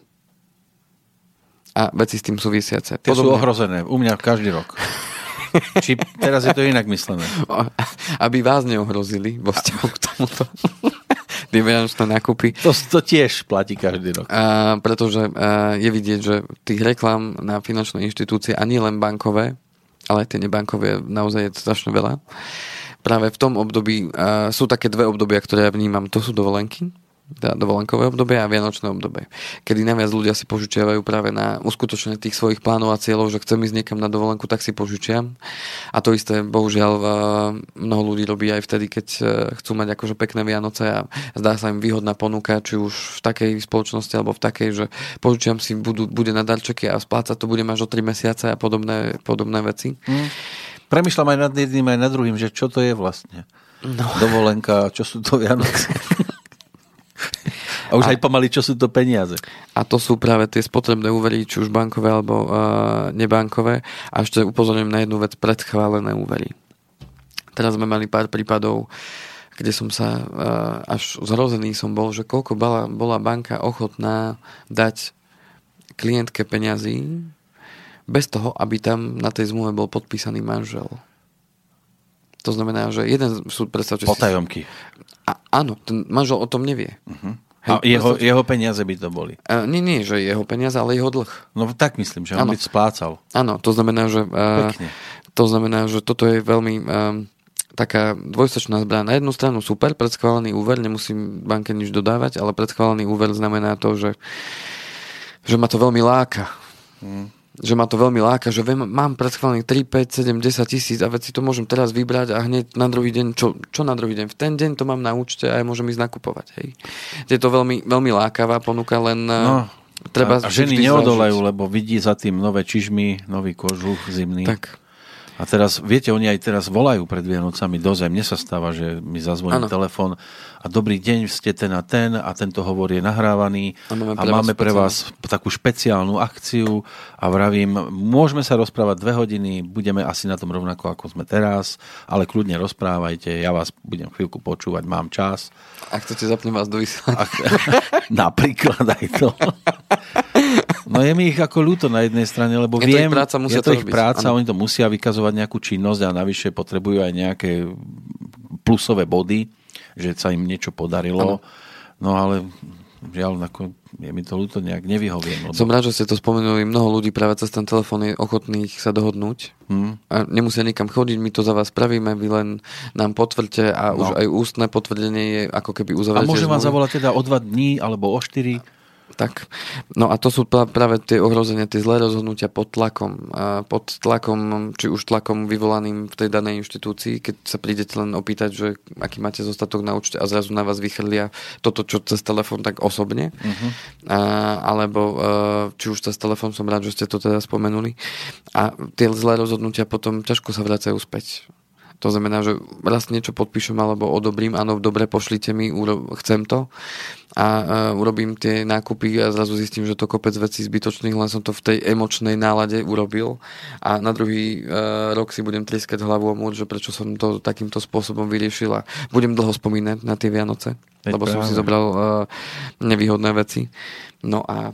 a veci s tým súvisiace. Tie sú ohrozené. U mňa každý rok. Či teraz je to inak myslené? Aby vás neohrozili vo vzťahu k tomuto. Tie vianočné nákupy. To tiež platí každý rok. Pretože je vidieť, že tých reklám na finančné inštitúcie, a nie len bankové, ale aj tie nebankové, naozaj je strašne veľa. Práve v tom období sú také dve obdobia, ktoré ja vnímam. To sú dovolenky, teda dovolenkové obdobie a vianočné obdobie. Kedy najviac ľudia si požičiavajú práve na uskutočnenie tých svojich plánov a cieľov, že chcem ísť niekam na dovolenku, tak si požičiam. A to isté, bohužiaľ, mnoho ľudí robí aj vtedy, keď chcú mať akože pekné Vianoce a zdá sa im výhodná ponuka, či už v takej spoločnosti alebo v takej, že požičiam si, bude na darčeky a splácať to budem až o 3 mesiace a podobné veci. Premýšľam aj nad jedným, aj nad druhým, že čo to je vlastne. No. Dovolenka, čo sú to Vianoce. A už aj pomaly, čo sú to peniaze. A to sú práve tie spotrebné úvery, či už bankové alebo nebankové. A ešte upozorňujem na jednu vec, predchválené úvery. Teraz sme mali pár prípadov, kde som sa až zhrozený som bol, že koľko bola banka ochotná dať klientke peňazí bez toho, aby tam na tej zmluve bol podpísaný manžel. To znamená, že jeden súd predstavte si... Potajomky. Áno, ten manžel o tom nevie. Uh-huh. A jeho peniaze by to boli? Nie, že jeho peniaze, ale jeho dlh. No tak myslím, že on by splácal. Áno, to znamená, že... To znamená, že toto je veľmi... taká dvojsečná zbraň. Na jednu stranu super, predschválený úver, nemusím banke nič dodávať, ale predschválený úver znamená to, že ma to veľmi láka. Že ma to veľmi láka, že mám predschválených 3, 5, 7, 10 tisíc a veci to môžem teraz vybrať a hneď na druhý deň, čo na druhý deň? V ten deň to mám na účte a ja môžem ísť nakupovať. Hej. Je to veľmi, veľmi lákavá ponuka, len treba... A ženy neodolajú, lebo vidí za tým nové čižmy, nový kožuch zimný. Tak. A teraz, viete, oni aj teraz volajú pred Vianocami do zem. Mne sa stáva, že mi zazvoní telefon a dobrý deň, ste ten a tento hovor je nahrávaný a máme pre vás takú špeciálnu akciu a vravím, môžeme sa rozprávať 2 hodiny, budeme asi na tom rovnako, ako sme teraz, ale kľudne rozprávajte, ja vás budem chvíľku počúvať, mám čas. Ak chcete, zapnem vás do vysielania. Napríklad aj to. No je mi ich ako ľúto na jednej strane, lebo viem, je to ich práca, oni to musia vykazovať nejakú činnosť a navyše potrebujú aj nejaké plusové body, že sa im niečo podarilo. Ano. No ale žiaľ, je mi to ľúto, nejak nevyhoviem. Som rád, že ste to spomenuli. Mnoho ľudí práve cez ten telefón je ochotných sa dohodnúť. A nemusia nikam chodiť, my to za vás spravíme, vy len nám potvrdte a už aj ústne potvrdenie je ako keby uzavretie. A môžem vám zavolať teda o 2 dní alebo o 4? Tak. No a to sú práve tie ohrozenia, tie zlé rozhodnutia pod tlakom, či už tlakom vyvolaným v tej danej inštitúcii, keď sa prídete len opýtať, že aký máte zostatok na účte a zrazu na vás vychrlia toto, čo cez telefón, tak osobne. Alebo či už cez telefón, som rád, že ste to teda spomenuli. A tie zlé rozhodnutia potom ťažko sa vracajú späť. To znamená, že raz niečo podpíšem alebo odobrím, áno, dobre, pošlite mi, chcem to a urobím tie nákupy a zrazu zistím, že to kopec vecí zbytočných, len som to v tej emočnej nálade urobil a na druhý rok si budem trieskať hlavu o múr, že prečo som to takýmto spôsobom vyriešil a budem dlho spomínať na tie Vianoce, lebo som si zobral nevýhodné veci. No a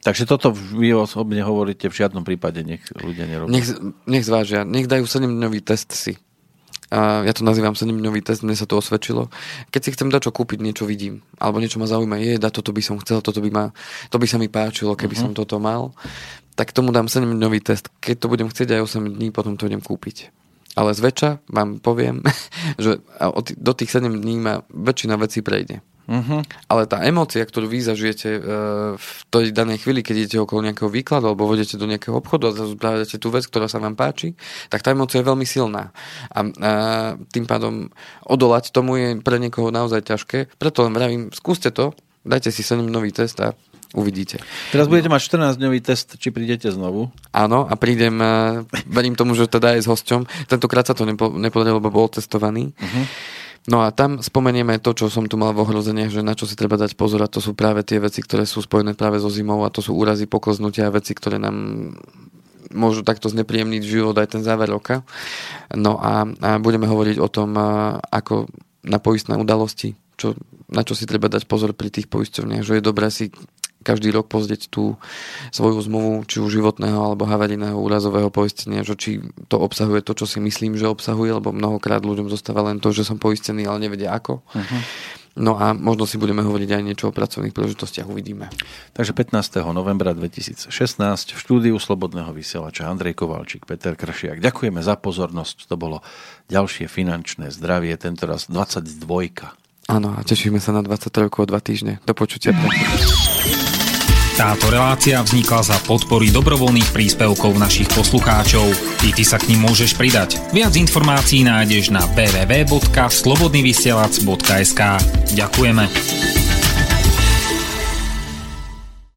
Takže toto vy osobne hovoríte, v žiadnom prípade nech ľudia nerobia. Nech zvážia, nech dajú 7-dňový test si. Ja to nazývam 7-dňový test, mne sa to osvedčilo. Keď si chcem dať čo kúpiť, niečo vidím, alebo niečo ma zaujíma, toto by som chcel, to by sa mi páčilo, keby som toto mal, tak tomu dám 7-dňový test. Keď to budem chcieť aj 8 dní, potom to idem kúpiť. Ale zväčša vám poviem, že do tých 7 dní ma väčšina vecí prejde. Ale tá emócia, ktorú vy zažijete v tej danej chvíli, keď idete okolo nejakého výkladu alebo vodete do nejakého obchodu a zrazu právedete tú vec, ktorá sa vám páči, tak tá emócia je veľmi silná. A tým pádom odolať tomu je pre niekoho naozaj ťažké. Preto len vravím, skúste to, dajte si 7-dňový test a uvidíte. Teraz budete mať 14-dňový test, či prídete znovu? Áno, a prídem, verím tomu, že teda aj s hosťom. Tentokrát sa to nepodarilo, lebo bol testovaný. No a tam spomenieme to, čo som tu mal v ohrozeniach, že na čo si treba dať pozor, a to sú práve tie veci, ktoré sú spojené práve so zimou, a to sú úrazy, poklznutia a veci, ktoré nám môžu takto znepríjemniť život aj ten záver roka. No a budeme hovoriť o tom, ako na poistné udalosti, na čo si treba dať pozor pri tých poisťovniach, že je dobré si každý rok pozrieť tú svoju zmluvu, či už životného alebo havarijného úrazového poistenia, že či to obsahuje to, čo si myslím, že obsahuje, lebo mnohokrát ľuďom zostáva len to, že som poistený, ale nevedia ako. No a možno si budeme hovoriť aj niečo o pracovných príležitostiach, uvidíme. Takže 15. novembra 2016 v štúdiu Slobodného vysielača Andrej Kovalčík, Peter Kršiak. Ďakujeme za pozornosť. To bolo ďalšie finančné zdravie, tentoraz 22. Áno, a tešíme sa na 23 o 2 týždne. Do počutia. Táto relácia vznikla za podpory dobrovoľných príspevkov našich poslucháčov. Ty sa k nim môžeš pridať. Viac informácií nájdeš na www.slobodnyvysielac.sk. Ďakujeme.